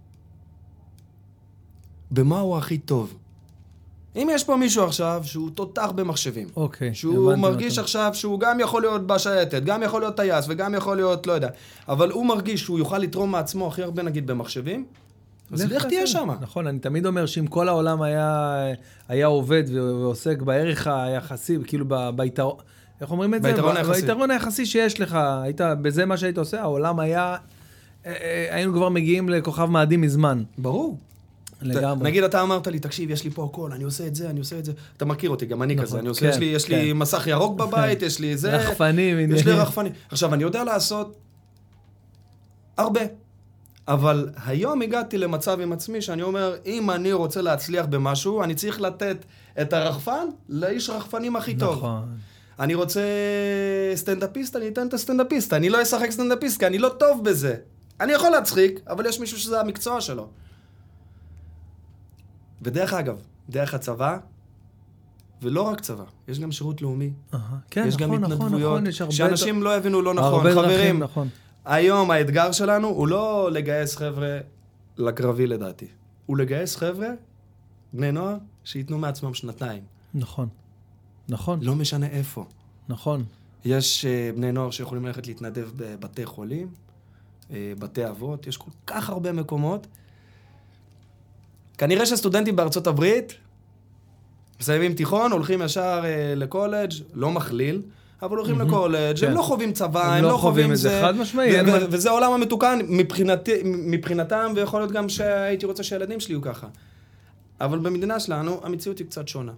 S2: במה הוא הכי טוב? אם יש פה מישהו עכשיו שהוא תותח במחשבים,
S1: אוקיי,
S2: שהוא מרגיש עכשיו שהוא גם יכול להיות בשייטת, גם יכול להיות טייס וגם יכול להיות, לא יודע, אבל הוא מרגיש שהוא יוכל לתרום מעצמו הכי הרבה נגיד במחשבים, אז לך תהיה שם.
S1: נכון, אני תמיד אומר שאם כל העולם היה, היה עובד ועוסק בערך היחסי, כאילו ביתרון, איך אומרים את זה?
S2: ביתרון היחסי.
S1: ביתרון היחסי שיש לך, היית, בזה מה שהיית עושה, העולם היה, היינו כבר מגיעים לכוכב מאדים מזמן.
S2: ברור.
S1: לגמרי.
S2: נגיד, אתה אמרת לי, תקשיב, יש לי פה הכל, אני עושה את זה, אני עושה את זה. אתה מכיר אותי, גם אני
S1: נכון,
S2: כזה. אני עושה,
S1: כן,
S2: יש לי, יש
S1: כן.
S2: לי מסך ירוק בבית, יש לי זה.
S1: רחפנים.
S2: יש לי רחפנים. עכשיו, אני יודע לעשות הרבה. אבל היום הגעתי למצב עם עצמי שאני אומר, אם אני רוצה להצליח במשהו, אני צריך לתת את הרחפן לאיש רחפנים הכי טוב.
S1: נכון.
S2: אני רוצה סטנדאפיסט, אני אתן את הסטנדאפיסט. אני לא אשחק סטנדאפיסט, כי אני לא טוב בזה. אני יכול להצחיק, אבל יש מישהו שזה המקצוע שלו. ודרך אגב, דרך הצבא, ולא רק צבא, יש גם שירות לאומי.
S1: כן,
S2: יש גם
S1: נכון,
S2: התנדבויות,
S1: נכון,
S2: שאנשים לא הבינו לא נכון.
S1: הרבה דרכים,
S2: חברים,
S1: נכון.
S2: היום האתגר שלנו הוא לא לגייס חבר'ה לקרבי לדעתי. הוא לגייס חבר'ה, בני נוער, שיתנו מעצמם שנתיים.
S1: נכון. נכון.
S2: לא משנה איפה.
S1: נכון.
S2: יש uh, בני נוער שיכולים ללכת להתנדב בבתי חולים, uh, בתי אבות, יש כל כך הרבה מקומות. כנראה שסטודנטים בארצות הברית מסיימים תיכון, הולכים ישר uh, לקולג', לא מכליל, אבל הולכים לקולג', הם לא חווים צבא, הם לא חווים את זה.
S1: חד משמעי.
S2: וזה העולם המתוקן מבחינתם, ויכול להיות גם שהייתי רוצה שהילדים שלי יהיו ככה. אבל במדינה שלנו, המציאות היא קצת שונה.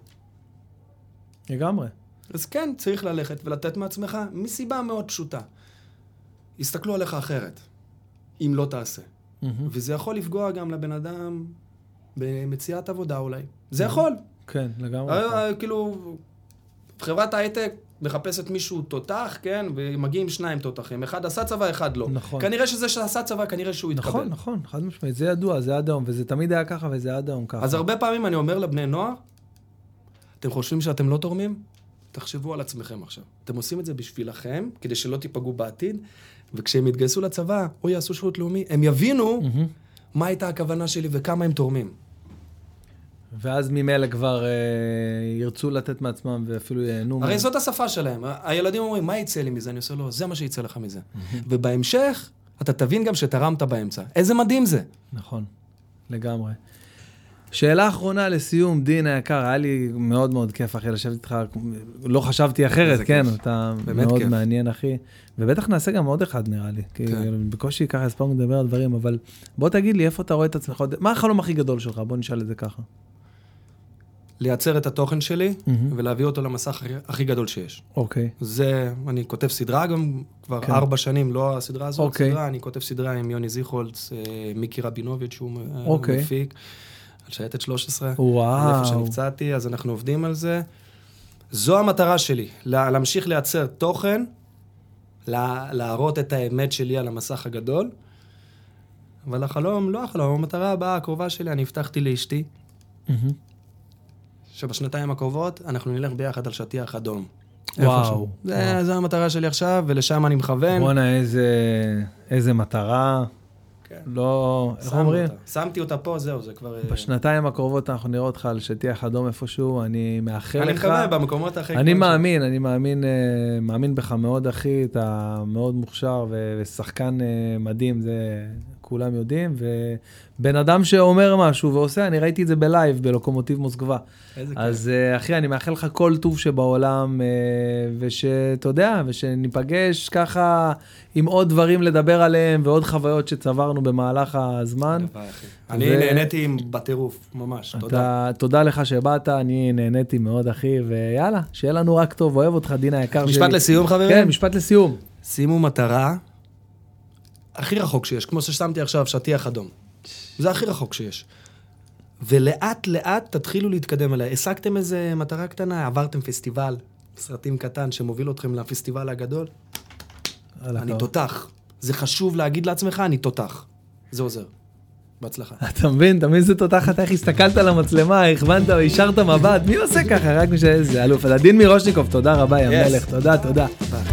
S1: לגמרי.
S2: אז כן, צריך ללכת ולתת מעצמך מסיבה מאוד פשוטה. יסתכלו עליך אחרת, אם לא תעשה. וזה יכול לפגוע גם לבן אדם במציאת עבודה אולי. זה יכול.
S1: כן, לגמרי.
S2: כאילו, חברת ההייטק מחפשת מישהו תותח, כן? ומגיעים שניים תותחים. אחד עשה צבא, אחד לא.
S1: נכון.
S2: כנראה שזה שעשה צבא, כנראה שהוא יתקבל.
S1: נכון, נכון. חד משמעית. זה ידוע, זה עד היום, וזה תמיד היה ככה, וזה עד היום ככה.
S2: אז הרבה פעמים אני אומר לבני נוער, אתם חושבים שאתם לא תורמים? תחשבו על עצמכם עכשיו. אתם עושים את זה בשבילכם, כדי שלא תיפגעו בעתיד, וכשהם יתגייסו לצבא, או יעשו שירות לאומי, הם יבינו מה הייתה הכוונה שלי וכמה הם תורמים.
S1: ואז ממילא כבר אה, ירצו לתת מעצמם ואפילו ייהנו.
S2: הרי זאת השפה שלהם. הילדים אומרים, מה יצא לי מזה? אני עושה לו, זה מה שיצא לך מזה. ובהמשך, אתה תבין גם שתרמת באמצע. איזה מדהים זה.
S1: נכון, לגמרי. שאלה אחרונה לסיום, דין היקר, היה לי מאוד מאוד כיף, אחי, לשבת איתך, לא חשבתי אחרת, כן, כיף. אתה מאוד כיף. מעניין, אחי, ובטח נעשה גם עוד אחד, נראה לי, כי כן. בקושי ככה הספרנו לדבר על דברים, אבל בוא תגיד לי, איפה אתה רואה את עצמך, מה החלום הכי גדול שלך? בוא נשאל את זה ככה.
S2: לייצר את התוכן שלי, mm-hmm. ולהביא אותו למסך הכי, הכי גדול שיש.
S1: אוקיי. Okay.
S2: זה, אני כותב סדרה גם, כבר כן. ארבע שנים, לא הסדרה הזאת,
S1: אוקיי.
S2: סדרה, אני כותב סדרה עם יוני זיכולץ, מיקי רבינוביץ', שהוא
S1: אוקיי.
S2: מפיק. על שייטת שלוש עשרה,
S1: וואו.
S2: איפה שנפצעתי, אז אנחנו עובדים על זה. זו המטרה שלי, לה, להמשיך לייצר תוכן, לה, להראות את האמת שלי על המסך הגדול, אבל החלום, לא החלום, המטרה הבאה, הקרובה שלי, אני הבטחתי לאשתי, mm-hmm. שבשנתיים הקרובות אנחנו נלך ביחד על שטיח אדום.
S1: וואו.
S2: זה,
S1: וואו.
S2: זו המטרה שלי עכשיו, ולשם אני מכוון.
S1: בוא'נה, איזה, איזה מטרה. לא, איך אומרים?
S2: שמתי אותה פה, זהו, זה כבר...
S1: בשנתיים הקרובות אנחנו נראה אותך על שטיח אדום איפשהו, אני מאחל לך.
S2: אני מקווה במקומות הכי...
S1: אני מאמין, אני מאמין, מאמין בך מאוד, אחי, אתה מאוד מוכשר ושחקן מדהים, זה כולם יודעים, ובן אדם שאומר משהו ועושה, אני ראיתי את זה בלייב, בלוקומוטיב מוסקבה. אז אחי, אני מאחל לך כל טוב שבעולם, ושאתה יודע, ושניפגש ככה עם עוד דברים לדבר עליהם, ועוד חוויות שצברנו במהלך הזמן.
S2: אני נהניתי בטירוף, ממש, תודה.
S1: תודה לך שבאת, אני נהניתי מאוד, אחי, ויאללה, שיהיה לנו רק טוב, אוהב אותך, דין היקר שלי.
S2: משפט לסיום, חברים?
S1: כן, משפט לסיום.
S2: שימו מטרה הכי רחוק שיש, כמו ששמתי עכשיו, שטיח אדום. זה הכי רחוק שיש. ולאט לאט תתחילו להתקדם עליה. השגתם איזה מטרה קטנה, עברתם פסטיבל, סרטים קטן שמוביל אתכם לפסטיבל הגדול. אני תותח. זה חשוב להגיד לעצמך, אני תותח. זה עוזר. בהצלחה.
S1: אתה מבין, אתה מבין זה תותח, אתה איך הסתכלת על המצלמה, הכוונת או השארת מבט, מי עושה ככה? רק משהו איזה אלוף. דין מירושניקוב, תודה רבה, יא מלך, תודה, תודה.